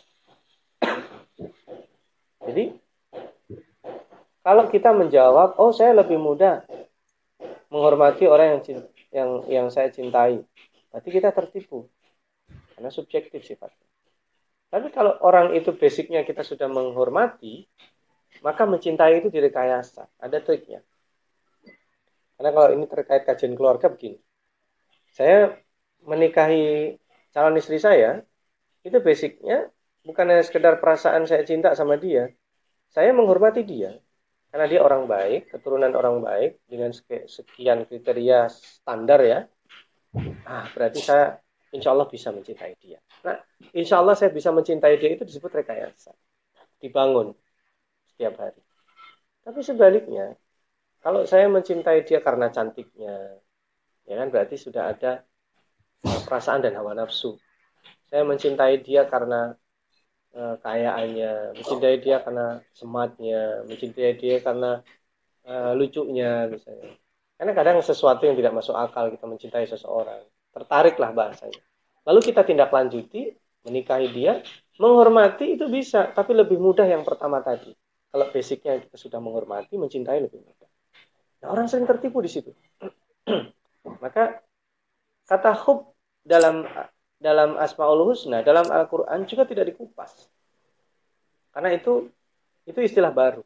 [SPEAKER 2] Jadi, kalau kita menjawab, oh saya lebih mudah menghormati orang yang saya cintai, berarti kita tertipu. Karena subjektif sifatnya. Tapi kalau orang itu basicnya kita sudah menghormati, maka mencintai itu direkayasa. Ada triknya. Karena kalau ini terkait kajian keluarga begini. Saya menikahi calon istri saya, itu basicnya bukan hanya sekedar perasaan saya cinta sama dia. Saya menghormati dia. Karena dia orang baik, keturunan orang baik, dengan sekian kriteria standar ya. Berarti saya insya Allah bisa mencintai dia. Nah, insya Allah saya bisa mencintai dia itu disebut rekayasa. Dibangun setiap hari. Tapi sebaliknya, kalau saya mencintai dia karena cantiknya, ya kan berarti sudah ada perasaan dan hawa nafsu. Saya mencintai dia karena kayaannya, mencintai dia karena sematnya, mencintai dia karena lucunya misalnya. Karena kadang sesuatu yang tidak masuk akal kita mencintai seseorang, tertariklah bahasanya. Lalu kita tindak lanjuti, menikahi dia, menghormati itu bisa, tapi lebih mudah yang pertama tadi. Kalau basicnya kita sudah menghormati, mencintai lebih mudah. Nah, orang sering tertipu di situ. Maka kata hub dalam Asmaul Husna, dalam Al-Quran juga tidak dikupas. Karena itu istilah baru.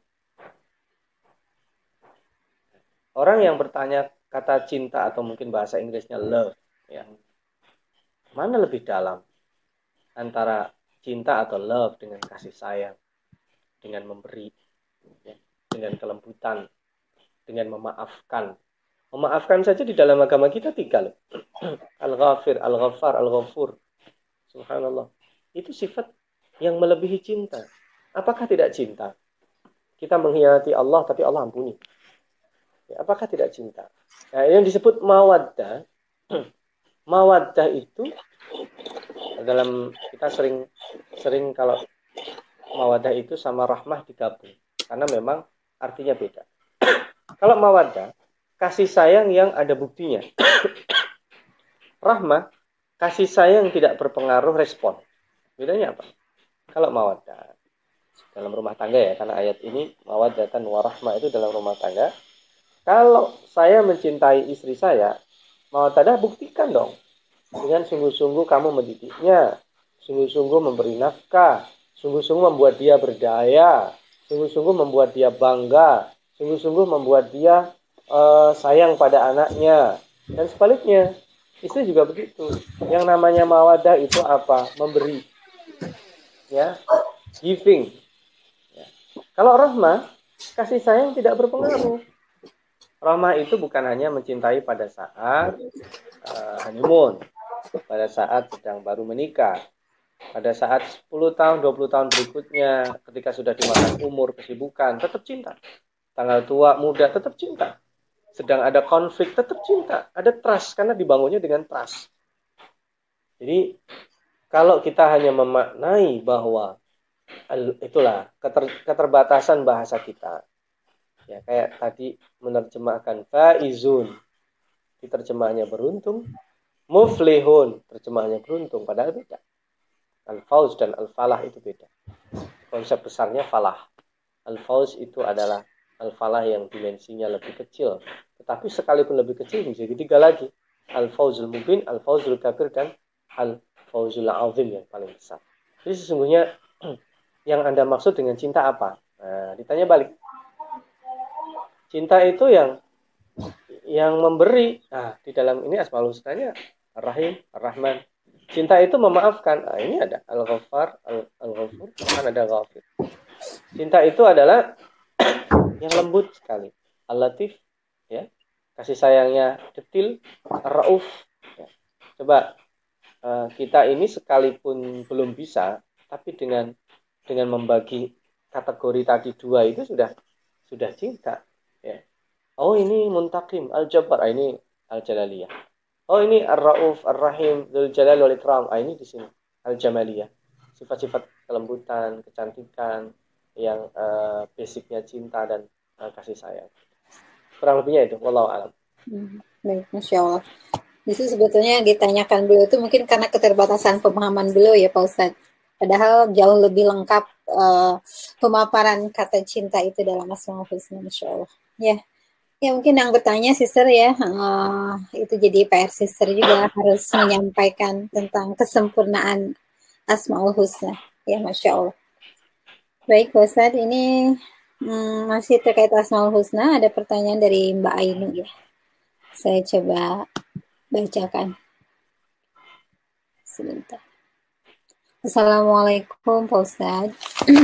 [SPEAKER 2] Orang yang bertanya kata cinta atau mungkin bahasa Inggrisnya love, ya, mana lebih dalam antara cinta atau love dengan kasih sayang, dengan memberi, ya, dengan kelembutan, dengan memaafkan. Memaafkan saja di dalam agama kita 3 loh. Al-Ghafir, Al-Ghaffar, Al-Ghafur. Subhanallah. Itu sifat yang melebihi cinta. Apakah tidak cinta? Kita mengkhianati Allah tapi Allah ampuni. Ya, apakah tidak cinta? Nah, yang disebut mawaddah, mawaddah itu dalam kita sering kalau mawaddah itu sama rahmah digabung karena memang artinya beda. Kalau mawaddah, kasih sayang yang ada buktinya. Rahmah, kasih sayang tidak berpengaruh respon. Bedanya apa? Kalau mawaddah dalam rumah tangga ya, karena ayat ini mawaddatan warahmah itu dalam rumah tangga. Kalau saya mencintai istri saya, mawaddah buktikan dong. Dengan sungguh-sungguh kamu mendidiknya, sungguh-sungguh memberi nafkah, sungguh-sungguh membuat dia berdaya, sungguh-sungguh membuat dia bangga, sungguh-sungguh membuat dia sayang pada anaknya. Dan sebaliknya, istri juga begitu. Yang namanya mawaddah itu apa? Memberi. Ya, giving. Ya. Kalau rahmah, kasih sayang tidak berpengaruh. Rahmah itu bukan hanya mencintai pada saat honeymoon, pada saat sedang baru menikah, pada saat 10 tahun, 20 tahun berikutnya, ketika sudah dimakan umur, kesibukan, tetap cinta. Tanggal tua, muda, tetap cinta. Sedang ada konflik, tetap cinta. Ada trust, karena dibangunnya dengan trust. Jadi, kalau kita hanya memaknai bahwa itulah keterbatasan bahasa kita. Ya, kayak tadi menerjemahkan faizun, terjemahannya beruntung, muflihun, terjemahannya beruntung, padahal beda. Al-fauz dan al-falah itu beda. Konsep besarnya falah. Al-fauz itu adalah al-falah yang dimensinya lebih kecil. Tetapi sekalipun lebih kecil bisa jadi 3 lagi. Al-Fawzul Mubin, Al-Fawzul Kabir, dan Al-Fawzul Azim yang paling besar. Jadi sesungguhnya yang Anda maksud dengan cinta apa? Nah, ditanya balik. Cinta itu yang memberi. Nah, di dalam ini Asmaul Husnanya Ar-Rahim, Ar-Rahman. Cinta itu memaafkan. Nah, ini ada Al-Ghaffar, Al-Ghafur, kan ada Ghafir. Cinta itu adalah yang lembut sekali. Al-Latif, ya. Kasih sayangnya detil, Ar-Rauf. Ya. Coba kita ini sekalipun belum bisa, tapi dengan membagi kategori tadi dua itu sudah cinta. Ya. Oh ini Muntakim, Al-Jabbar, ini Al-Jalaliyah. Oh ini Ar-Rauf, Ar-Rahim, Dzul Jalal wal Ikram. Ini di sini Al-Jamaliyah. Sifat-sifat kelembutan, kecantikan yang basicnya cinta dan kasih sayang. Kurang lebihnya itu, wallahu a'lam.
[SPEAKER 1] Baik, Masya Allah. Itu sebetulnya yang ditanyakan beliau itu mungkin karena keterbatasan pemahaman beliau ya Pak Ustadz. Padahal jauh lebih lengkap pemaparan kata cinta itu dalam Asmaul Husna, Masya Allah. Ya mungkin yang bertanya sister ya, itu jadi PR sister juga harus menyampaikan tentang kesempurnaan Asmaul Husna. Ya Masya Allah. Baik Pak Ustadz, ini masih terkait Asmaul Husna, ada pertanyaan dari Mbak Ainu ya. Saya coba bacakan. Sebentar. Assalamualaikum Pak Ustadz.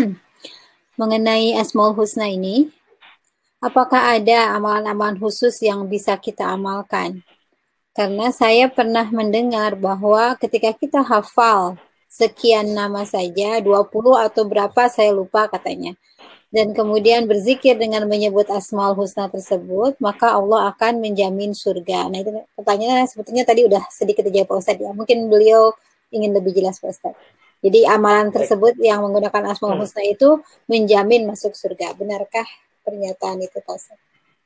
[SPEAKER 1] Mengenai Asmaul Husna ini, apakah ada amalan-amalan khusus yang bisa kita amalkan? Karena saya pernah mendengar bahwa ketika kita hafal sekian nama saja, 20 atau berapa saya lupa katanya. Dan kemudian berzikir dengan menyebut Asmaul Husna tersebut, maka Allah akan menjamin surga. Nah itu pertanyaannya sebetulnya tadi udah sedikit dijawab Pak Ustadz ya. Mungkin beliau ingin lebih jelas Pak Ustadz. Jadi amalan tersebut yang menggunakan Asmaul Husna itu menjamin masuk surga. Benarkah pernyataan itu Pak Ustadz?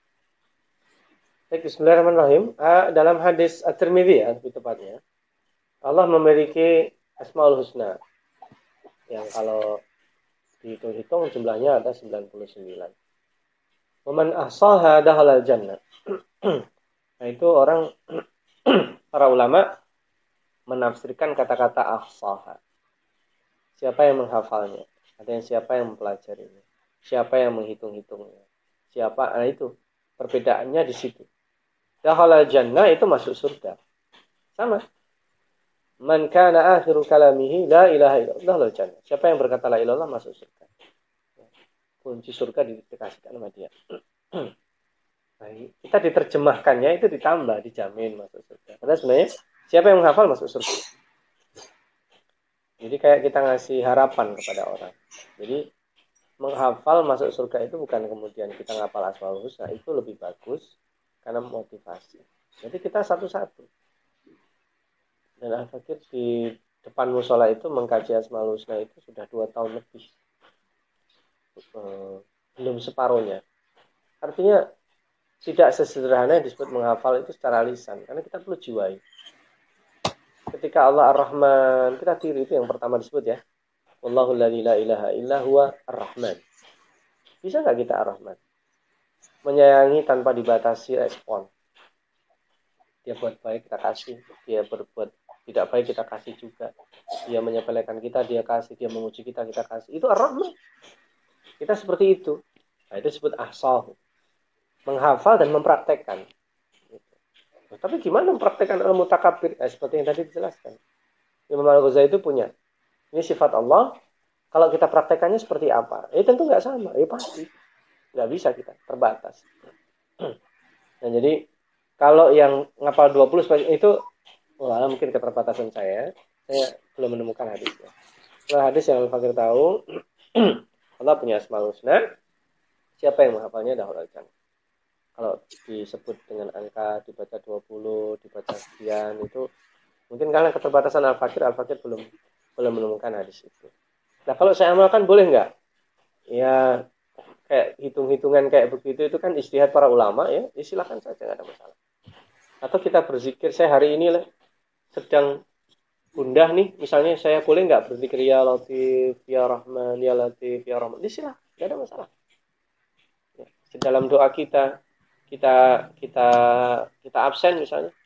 [SPEAKER 2] Baik, bismillahirrahmanirrahim. Dalam hadis At-Tirmidzi ya, lebih tepatnya, Allah memiliki Asmaul Husna yang kalau dihitung-hitung jumlahnya ada 99. Waman ahsaha dakhalal jannah. Nah itu orang para ulama menafsirkan kata-kata ahsaha. Siapa yang menghafalnya? Ada yang siapa yang mempelajarinya? Siapa yang menghitung-hitungnya? Siapa? Nah itu perbedaannya di situ. Dakhalal jannah itu masuk surga. Sama. Man kana akhiru kalamihi la ilaha illallah la jannah. Siapa yang berkata la ilallah masuk surga. Kunci surga dikasihkan sama dia. Nah, kita diterjemahkannya itu ditambah, dijamin masuk surga. Karena sebenarnya siapa yang menghafal masuk surga. Jadi kayak kita ngasih harapan kepada orang. Jadi menghafal masuk surga itu bukan kemudian kita ngapal Asmaul Husna, itu lebih bagus karena motivasi. Jadi kita satu-satu. Dan Al-Fakir di depan musola itu mengkaji Asmaul Husna itu sudah 2 tahun lebih. Belum separuhnya. Artinya tidak sesederhana yang disebut menghafal itu secara lisan. Karena kita perlu jiwai. Ketika Allah Ar-Rahman, kita tiru itu yang pertama disebut ya. Wallahul la ilaha illa huwa Ar-Rahman. Bisa nggak kita Ar-Rahman? Menyayangi tanpa dibatasi respon. Dia buat baik, kita kasih. Dia berbuat tidak baik, kita kasih juga. Dia menyepelekan kita, dia kasih. Dia menguji kita, kita kasih. Itu Ar-Rahman. Kita seperti itu. Nah, itu disebut ahsal. Menghafal dan mempraktekkan. Nah, tapi gimana mempraktekkan al-mutakabir? Seperti yang tadi dijelaskan. Imam Al-Ghazali itu punya. Ini sifat Allah. Kalau kita praktekannya seperti apa? Tentu nggak sama. Pasti. Nggak bisa kita. Terbatas. Nah, jadi kalau yang ngapal 20 itu mungkin keterbatasan saya belum menemukan hadisnya. Kalau hadis yang Al-Fakir tahu, Allah punya Asmaul Husna. Siapa yang menghafalnya dahulu jannah. Kalau disebut dengan angka dibaca 20, dibaca sekian itu mungkin karena keterbatasan Al-Fakir belum menemukan hadis itu. Nah, kalau saya amalkan boleh nggak? Ya kayak hitung-hitungan kayak begitu itu kan ijtihad para ulama ya silakan saja, nggak ada masalah. Atau kita berzikir, saya hari ini sedang gundah nih, misalnya saya boleh nggak berzikir ya Latif, ya Rahman, ya Latif, ya Rahman? Silakan, nggak ada masalah. Ya, dalam doa kita absen misalnya,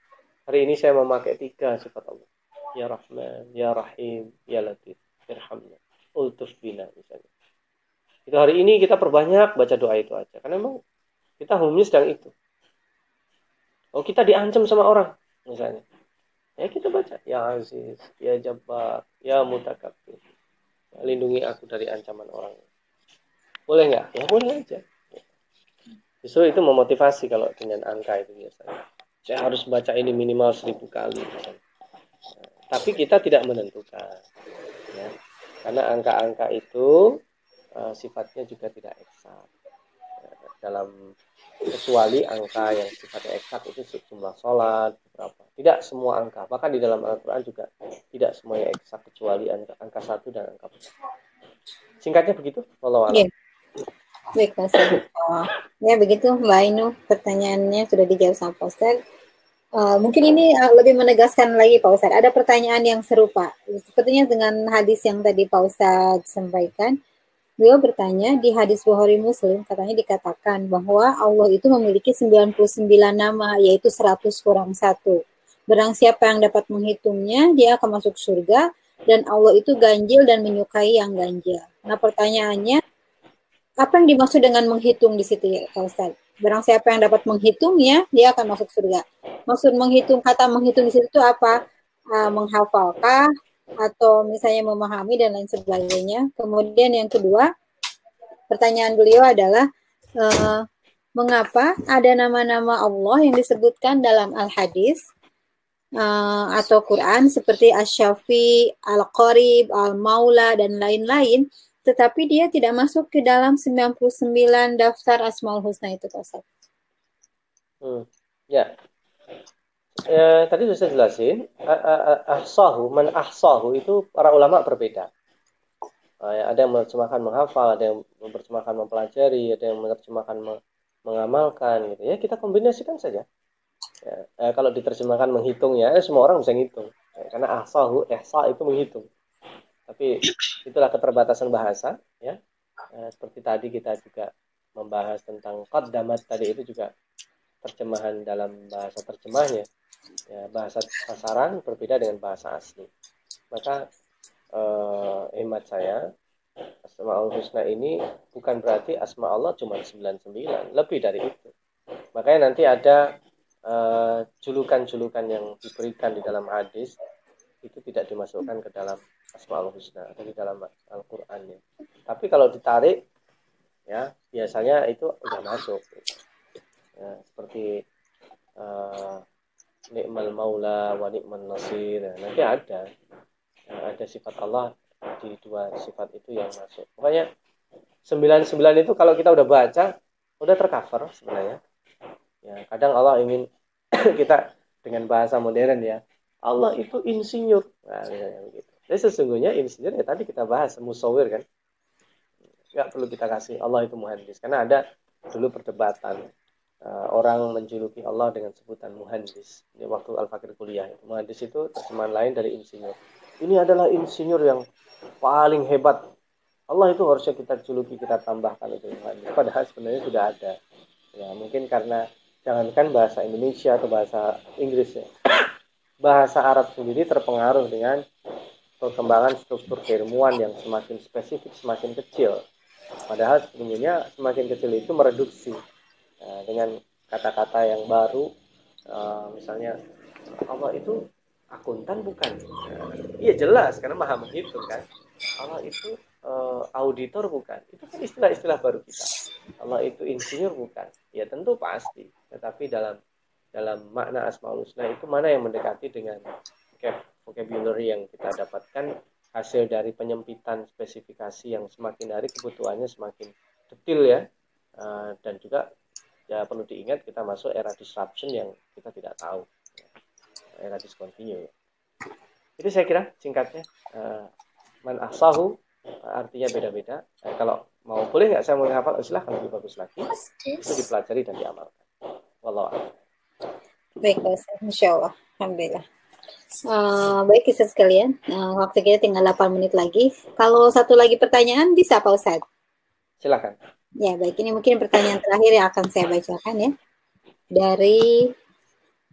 [SPEAKER 2] Hari ini saya memakai 3 sifat Allah. Ya Rahman, Ya Rahim, Ya Latif, Irhamna, Ultuf Bina misalnya. Itu hari ini kita perbanyak baca doa itu aja. Karena memang kita umumnya sedang itu. Oh kita diancam sama orang misalnya. Ya kita baca. Ya Aziz, Ya Jabbar, Ya Mutakabbir. Lindungi aku dari ancaman orang. Boleh nggak? Ya boleh aja. Justru itu memotivasi kalau dengan angka itu biasanya. Saya harus baca ini minimal 1000 kali. Misalnya. Tapi kita tidak menentukan. Ya. Karena angka-angka itu sifatnya juga tidak eksak. Dalam kecuali angka yang sifatnya eksak itu jumlah sholat, berapa. Tidak semua angka. Bahkan di dalam Al-Quran juga tidak semuanya eksak kecuali angka 1 dan angka 4. Singkatnya begitu. Wallahu a'lam.
[SPEAKER 1] Yeah. Baik, Pak Ustaz. Ya begitu Mbak Ainu, pertanyaannya sudah dijawab sama Pak Ustaz. Mungkin ini lebih menegaskan lagi Pak Ustaz. Ada pertanyaan yang serupa. Sepertinya dengan hadis yang tadi Pak Ustaz sampaikan. Beliau bertanya di hadis Bukhari Muslim, katanya dikatakan bahwa Allah itu memiliki 99 nama, yaitu 100 kurang 1. Barang siapa yang dapat menghitungnya, dia akan masuk surga, dan Allah itu ganjil dan menyukai yang ganjil. Nah pertanyaannya, apa yang dimaksud dengan menghitung di situ ya Pak Ustaz? Barang siapa yang dapat menghitungnya, dia akan masuk surga. Maksud menghitung, kata menghitung di situ itu apa? Menghafalkah? Atau misalnya memahami dan lain sebagainya. Kemudian yang kedua, pertanyaan beliau adalah mengapa ada nama-nama Allah yang disebutkan dalam Al-Hadis atau Quran seperti Asy-Syafi, Al-Qarib, Al-Maula dan lain-lain, tetapi dia tidak masuk ke dalam 99 daftar Asmaul Husna itu, Pak Ustaz.
[SPEAKER 2] Ya. Tadi sudah saya jelasin, man ahsahu itu para ulama berbeda. Ada yang menerjemahkan menghafal, ada yang menerjemahkan mempelajari, ada yang menerjemahkan mengamalkan gitu. Ya kita kombinasikan saja. Ya, kalau diterjemahkan menghitung ya semua orang bisa ngitung. Ya, karena ihsa itu menghitung. Tapi itulah keterbatasan bahasa ya. Seperti tadi kita juga membahas tentang qaddamat tadi itu juga terjemahan dalam bahasa terjemahnya. Ya, bahasa pasaran berbeda dengan bahasa asli. Maka hemat saya Asmaul Husna ini bukan berarti asma Allah cuma 99, lebih dari itu. Makanya nanti ada julukan-julukan yang diberikan di dalam hadis itu tidak dimasukkan ke dalam Asmaul Husna atau di dalam Al-Qur'an ya. Tapi kalau ditarik ya biasanya itu sudah masuk. Ya, seperti Ni'mal Maula wa Ni'man Nasir. Nah, nanti ada sifat Allah di 2 sifat itu yang masuk. Pokoknya 99 itu kalau kita udah baca udah tercover sebenarnya. Ya, kadang Allah ingin kita dengan bahasa modern ya. Allah itu insinyur. Nah, misalnya begitu. Jadi sesungguhnya insinyur ya tadi kita bahas musawir kan. Enggak perlu kita kasih Allah itu muhandis karena ada dulu perdebatan orang menjuluki Allah dengan sebutan muhandis. Ini waktu Al-Fakir kuliah. Muhandis itu terjemahan lain dari insinyur. Ini adalah insinyur yang paling hebat. Allah itu harusnya kita juluki, kita tambahkan itu muhandis. Padahal sebenarnya sudah ada. Ya, mungkin karena jangankan bahasa Indonesia atau bahasa Inggris ya. Bahasa Arab sendiri terpengaruh dengan perkembangan struktur keilmuan yang semakin spesifik, semakin kecil. Padahal sebenarnya semakin kecil itu mereduksi. Dengan kata-kata yang baru, misalnya Allah itu akuntan bukan? Iya jelas karena maha menghitung kan. Allah itu auditor bukan? Itu kan istilah-istilah baru kita. Allah itu insinyur bukan? Ya tentu pasti. Tetapi dalam makna Asmaul Husna itu mana yang mendekati dengan vocabulary yang kita dapatkan hasil dari penyempitan spesifikasi yang semakin hari kebutuhannya semakin detail ya. Dan juga ya perlu diingat kita masuk era disruption yang kita tidak tahu, era discontinue. Itu saya kira singkatnya man ahsahu artinya beda-beda. Kalau mau boleh nggak saya mau hafal silahkan, lebih bagus lagi itu dipelajari dan diamalkan. Wallahu a'lam.
[SPEAKER 1] Baik Pak Ustaz, Insya Allah. Alhamdulillah. Baik Ustaz sekalian, waktu kita tinggal 8 menit lagi. Kalau satu lagi pertanyaan bisa Pak Ustaz?
[SPEAKER 2] Silakan.
[SPEAKER 1] Ya, baik. Ini mungkin pertanyaan terakhir yang akan saya bacakan ya. Dari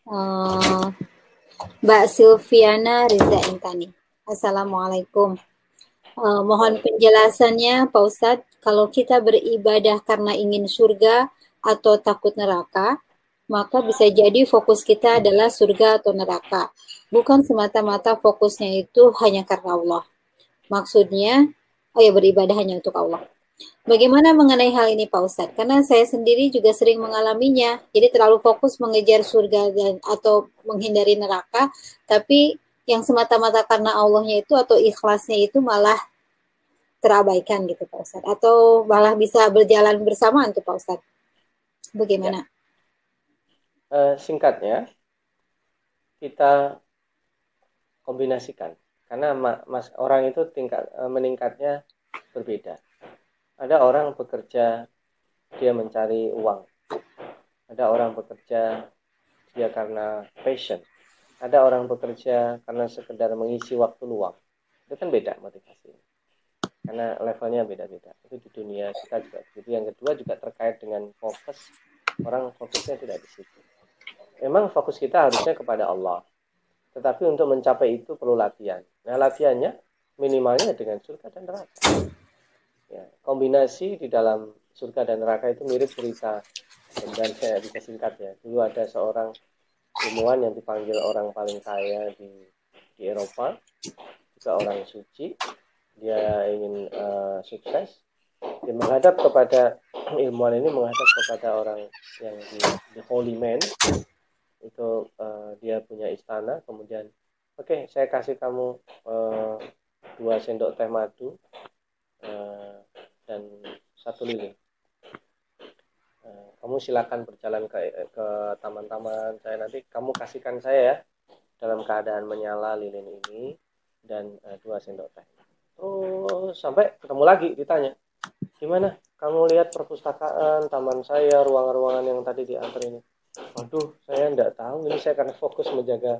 [SPEAKER 1] Uh, Mbak Silviana Riza Intani. Assalamualaikum. Mohon penjelasannya Pak Ustadz, kalau kita beribadah karena ingin surga atau takut neraka, maka bisa jadi fokus kita adalah surga atau neraka. Bukan semata-mata fokusnya itu hanya karena Allah. Maksudnya, beribadah hanya untuk Allah. Bagaimana mengenai hal ini Pak Ustadz? Karena saya sendiri juga sering mengalaminya. Jadi terlalu fokus mengejar surga atau menghindari neraka, tapi yang semata-mata karena Allahnya itu atau ikhlasnya itu malah terabaikan gitu Pak Ustadz. Atau malah bisa berjalan bersamaan tuh Pak Ustadz. Bagaimana?
[SPEAKER 2] Singkatnya, kita kombinasikan. Karena orang itu meningkatnya berbeda. Ada orang bekerja, dia mencari uang. Ada orang bekerja, dia karena passion. Ada orang bekerja karena sekedar mengisi waktu luang. Itu kan beda motivasi. Karena levelnya beda-beda. Itu di dunia kita juga. Jadi yang kedua juga terkait dengan fokus. Orang fokusnya tidak di situ. Memang fokus kita harusnya kepada Allah. Tetapi untuk mencapai itu perlu latihan. Nah, latihannya minimalnya dengan surga dan neraka. Ya, kombinasi di dalam surga dan neraka itu mirip cerita, dan saya bisa singkat ya. Dulu ada seorang ilmuwan yang dipanggil orang paling kaya di Eropa, juga orang suci. Dia ingin sukses. Dia menghadap kepada ilmuwan ini menghadap kepada orang yang di Holy Man. Itu dia punya istana, kemudian oke, saya kasih kamu 2 sendok teh madu dan 1 lilin. Kamu silakan berjalan ke taman-taman saya, nanti kamu kasihkan saya ya dalam keadaan menyala lilin ini dan 2 sendok teh. Terus sampai ketemu lagi, ditanya, gimana kamu lihat perpustakaan taman saya, ruangan-ruangan yang tadi diantar ini? Waduh, saya enggak tahu, ini saya karena fokus menjaga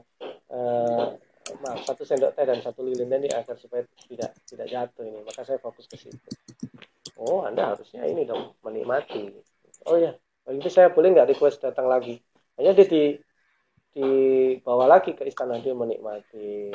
[SPEAKER 2] 1 sendok teh dan 1 lilin ini agar supaya tidak jatuh ini, maka saya fokus ke situ. Oh, Anda harusnya ini dong, menikmati. Oh ya, kalau gitu saya boleh nggak request datang lagi? Hanya dia dibawa lagi ke istana, dia menikmati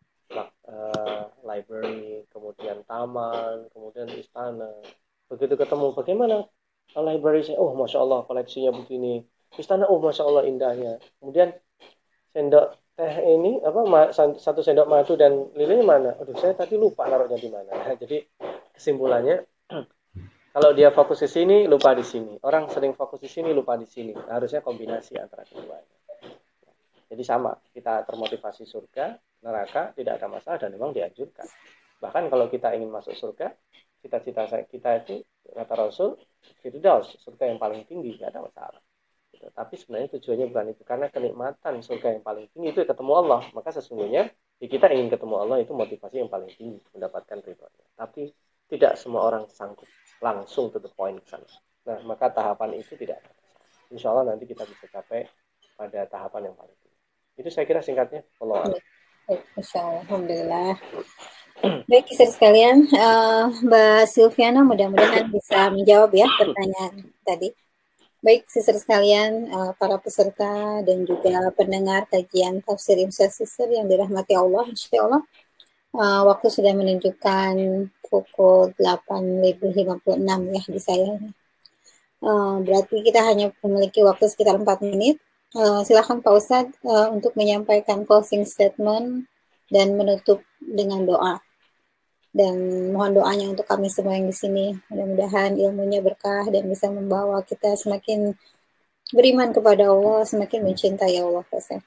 [SPEAKER 2] library, kemudian taman, kemudian istana. Begitu ketemu, bagaimana library saya? Oh, Masya Allah, koleksinya begini. Istana, oh Masya Allah, indahnya. Kemudian sendok teh ini, 1 sendok madu dan lilin mana? Aduh, saya tadi lupa naruhnya di mana. Jadi kesimpulannya, kalau dia fokus di sini, lupa di sini. Orang sering fokus di sini, lupa di sini. Harusnya kombinasi antara keduanya. Jadi sama, kita termotivasi surga, neraka, tidak ada masalah dan memang dianjurkan. Bahkan kalau kita ingin masuk surga, cita-cita kita itu, kata Rasul, Firdaus, surga yang paling tinggi, tidak ada masalah. Gitu. Tapi sebenarnya tujuannya bukan itu, karena kenikmatan surga yang paling tinggi itu ketemu Allah. Maka sesungguhnya kita ingin ketemu Allah itu motivasi yang paling tinggi, mendapatkan ridhonya. Tapi tidak semua orang sanggup langsung to the point ke sana. Nah, maka tahapan itu tidak ada masalah. Insya Allah nanti kita bisa capai pada tahapan yang paling tinggi. Itu saya kira singkatnya. Allah.
[SPEAKER 1] Insya Allah, Alhamdulillah. Baik, kisah sekalian, Mbak Silviana mudah-mudahan bisa menjawab ya pertanyaan tadi. Baik, sister sekalian, para peserta dan juga pendengar kajian tafsir Imsa Sister yang dirahmati Allah, insya Allah. Waktu sudah menunjukkan pukul 8.56 ya di saya. Berarti kita hanya memiliki waktu sekitar 4 menit. Silakan Pak Ustadz untuk menyampaikan closing statement dan menutup dengan doa. Dan mohon doanya untuk kami semua yang di sini. Mudah-mudahan ilmunya berkah dan bisa membawa kita semakin beriman kepada Allah, semakin mencintai Allah.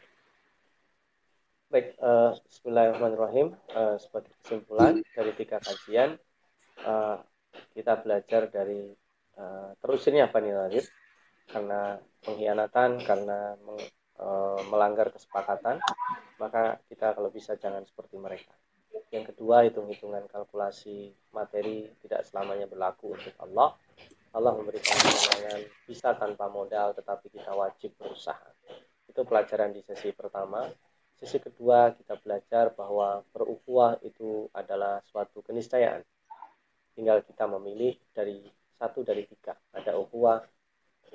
[SPEAKER 2] Baik, bismillahirrahmanirrahim. Sebagai kesimpulan dari 3 kajian, kita belajar dari terusirnya Bani Nadir karena pengkhianatan, karena melanggar kesepakatan, maka kita kalau bisa jangan seperti mereka. Yang kedua, hitung-hitungan kalkulasi materi tidak selamanya berlaku untuk Allah. Allah memberikan kemenangan bisa tanpa modal, tetapi kita wajib berusaha. Itu pelajaran di sesi pertama. Sesi kedua, kita belajar bahwa berukhuwah itu adalah suatu keniscayaan. Tinggal kita memilih dari 1 dari 3. Ada ukhuwah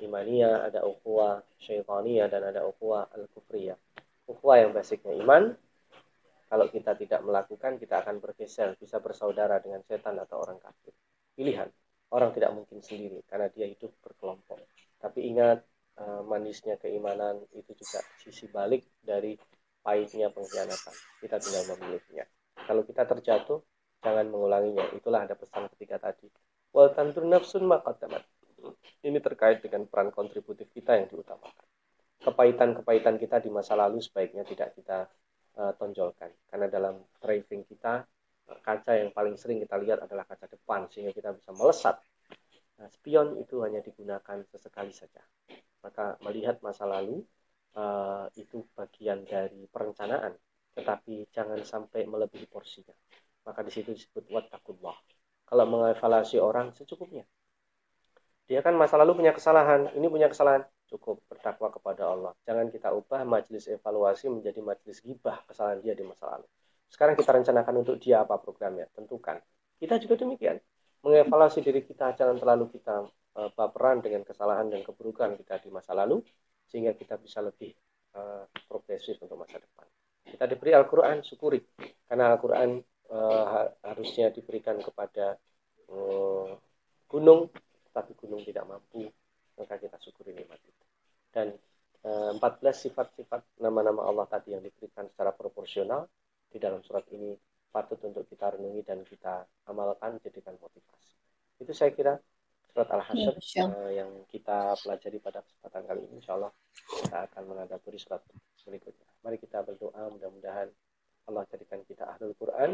[SPEAKER 2] imaniyah, ada ukhuwah syaitaniyah, dan ada ukhuwah al-kufriyah. Ukhuwah yang basicnya iman, kalau kita tidak melakukan, kita akan bergeser, bisa bersaudara dengan setan atau orang kafir. Pilihan. Orang tidak mungkin sendiri, karena dia hidup berkelompok. Tapi ingat, manisnya keimanan itu juga sisi balik dari pahitnya pengkhianatan. Kita tinggal memilihnya. Kalau kita terjatuh, jangan mengulanginya. Itulah ada pesan ketiga tadi. Wal tantur nafsun ma qaddamat. Ini terkait dengan peran kontributif kita yang diutamakan. Kepahitan-kepahitan kita di masa lalu sebaiknya tidak kita tonjolkan. Karena dalam driving kita, kaca yang paling sering kita lihat adalah kaca depan, sehingga kita bisa melesat. Nah, spion itu hanya digunakan sesekali saja. Maka melihat masa lalu itu bagian dari perencanaan, tetapi jangan sampai melebihi porsinya. Maka di situ disebut wattaqullah. Kalau mengevaluasi orang secukupnya. Dia kan masa lalu punya kesalahan, ini punya kesalahan, cukup bertakwa kepada Allah. Jangan kita ubah majelis evaluasi menjadi majelis gibah kesalahan dia di masa lalu. Sekarang kita rencanakan untuk dia apa programnya, tentukan. Kita juga demikian. Mengevaluasi diri kita, jangan terlalu kita baperan dengan kesalahan dan keburukan kita di masa lalu, sehingga kita bisa lebih progresif untuk masa depan. Kita diberi Al-Quran, syukuri. Karena Al-Quran harusnya diberikan kepada gunung, tapi gunung tidak mampu, maka kita syukuri nikmat itu. Dan 14 sifat-sifat nama-nama Allah tadi yang diberikan secara proporsional di dalam surat ini patut untuk kita renungi dan kita amalkan, jadikan motivasi. Itu saya kira surat Al-Hasyr yang kita pelajari pada kesempatan kali ini. Insya Allah kita akan menghadapi surat berikutnya. Mari kita berdoa, mudah-mudahan Allah jadikan kita ahlul Quran.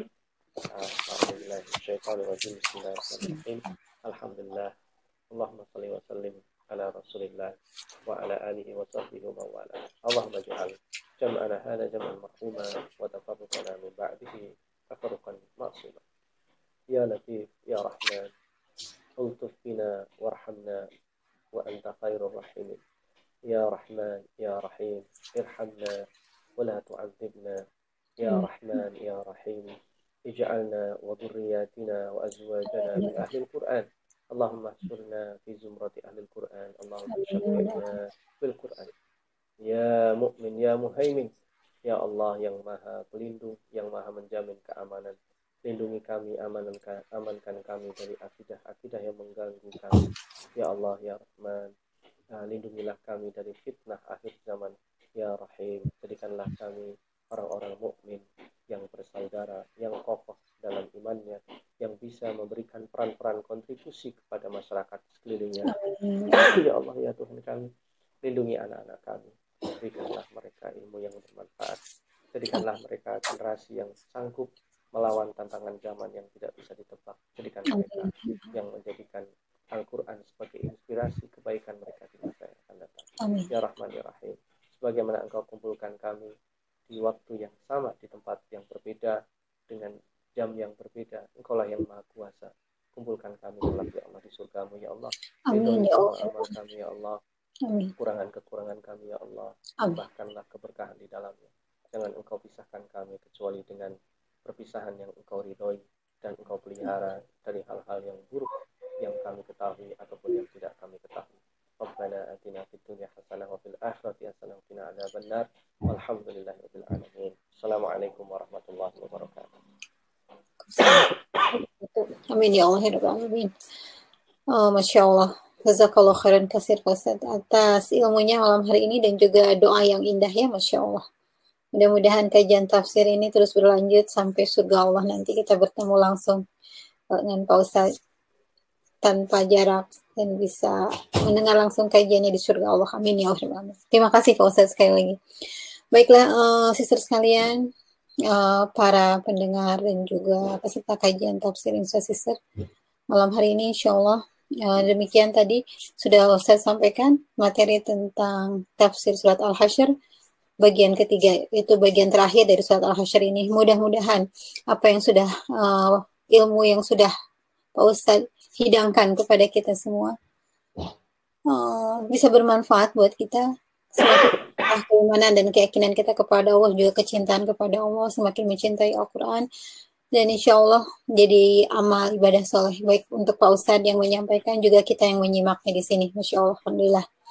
[SPEAKER 2] Bismillahirrahmanirrahim. Alhamdulillah. Allahumma salli wa sallim ala Rasulillah wa ala alihi wa sahbihi wa mawala. Allahumma ja'al jam'ana hadha jam'an marhuma wa tafarruqana min ba'dihi tafarruqan ma'suma. Ya Latif, Ya Rahman, ultuf bina warhamna wa anta khairur rahimin. Ya Rahman, Ya Rahim, irhamna wa la tu'adzibna. Ya Rahman, Ya Rahim, ij'alna wa dhurriyyatina wa azwajana min ahli al-Qur'an. Allahumma ahsurna fi zumrati ahli al-Qur'an. Allahumma syafi'na bil Qur'an. Ya Mu'min, Ya Muhaimin, Ya Allah yang maha pelindung, yang maha menjamin keamanan. Lindungi kami, amankan kami dari akidah-akidah yang mengganggu kami. Ya Allah, Ya Rahman, lindungilah kami dari fitnah akhir zaman. Ya Rahim, jadikanlah kami orang-orang mukmin yang bersaudara, yang kokoh dalam imannya, yang bisa memberikan peran-peran kontribusi kepada masyarakat sekelilingnya. Ya Allah, ya Tuhan kami, lindungi anak-anak kami, berikanlah mereka ilmu yang bermanfaat, jadikanlah mereka generasi yang sanggup melawan tantangan zaman yang tidak bisa ditebak, jadikan mereka yang menjadikan Al-Quran sebagai inspirasi kebaikan mereka di masa yang akan datang. Ya Rahman, Ya Rahim, sebagaimana Engkau kumpulkan kami di waktu yang sama, di tempat yang berbeda, dengan jam yang berbeda, Engkaulah yang maha kuasa. Kumpulkan kami kelak ya Allah di surgamu ya Allah. Amin ya Allah. Amal kami ya Allah. Kekurangan kami ya Allah. Bahkanlah keberkahan di dalamnya. Jangan Engkau pisahkan kami kecuali dengan perpisahan yang Engkau ridhoi dan Engkau pelihara dari hal-hal yang buruk yang kami ketahui ataupun yang tidak kami ketahui. Rabbana atina fid dunya hasanah wa fil akhirati hasanah wa qina adzabannar. Walhamdulillahirabbil alamin. Assalamualaikum warahmatullahi wabarakatuh.
[SPEAKER 1] Amin ya Allah ya Rabbal alamin. Masya Allah. Jazakallah khairan katsir Ustaz atas ilmunya malam hari ini dan juga doa yang indah ya, Masya Allah. Mudah-mudahan kajian tafsir ini terus berlanjut sampai surga Allah. Nanti kita bertemu langsung dengan Pak Ustaz tanpa jarak dan bisa mendengar langsung kajiannya di surga Allah. Amin ya Allah. Terima kasih Pak Ustaz sekali lagi. Baiklah sister sekalian, para pendengar dan juga peserta kajian tafsir Ustaz sister malam hari ini insya Allah demikian tadi sudah Ustaz sampaikan materi tentang tafsir surat Al-Hasyr bagian ketiga, itu bagian terakhir dari surat Al-Hasyr ini. Mudah-mudahan apa yang sudah ilmu yang sudah Pak Ustaz hidangkan kepada kita semua bisa bermanfaat buat kita. Semakin keimanan dan keyakinan kita kepada Allah, juga kecintaan kepada Allah, semakin mencintai Al-Quran, dan insya Allah jadi amal ibadah soleh baik untuk Pak Ustadz yang menyampaikan juga kita yang menyimaknya di sini. Masya Allah, alhamdulillah.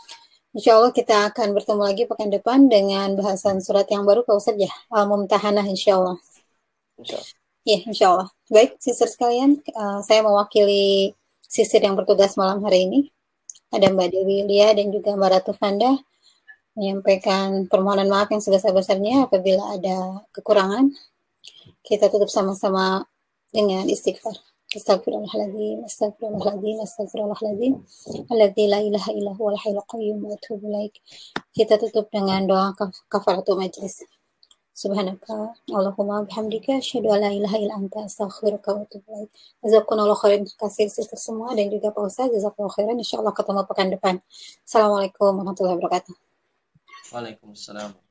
[SPEAKER 1] Insya Allah kita akan bertemu lagi pekan depan dengan bahasan surat yang baru Pak Ustadz ya, Al-Mumtahanah insya Allah.
[SPEAKER 2] Insya Allah.
[SPEAKER 1] Ya, insya Allah. Baik, sister sekalian, saya mewakili sister yang bertugas malam hari ini. Ada Mbak Dewi Lia dan juga Mbak Ratu Fanda menyampaikan permohonan maaf yang sebesar-besarnya apabila ada kekurangan. Kita tutup sama-sama dengan istighfar. Astagfirullahaladzim, astagfirullahaladzim, astagfirullahaladzim. Alladzi la ilaha illa huwal hayyul qayyum wa atubu ilaik. Kita tutup dengan doa kafaratul majlis. Subhanaka Allahumma bihamdika asyhadu an la ilaha illa anta astaghfiruka wa atubu ilaik. Jazakumullahu khairan kasih sister semua dan juga Pak Ustaz, jazakumullahu khairan. Insyaallah ketemu pekan depan. Assalamualaikum warahmatullahi wabarakatuh.
[SPEAKER 2] Waalaikumsalam.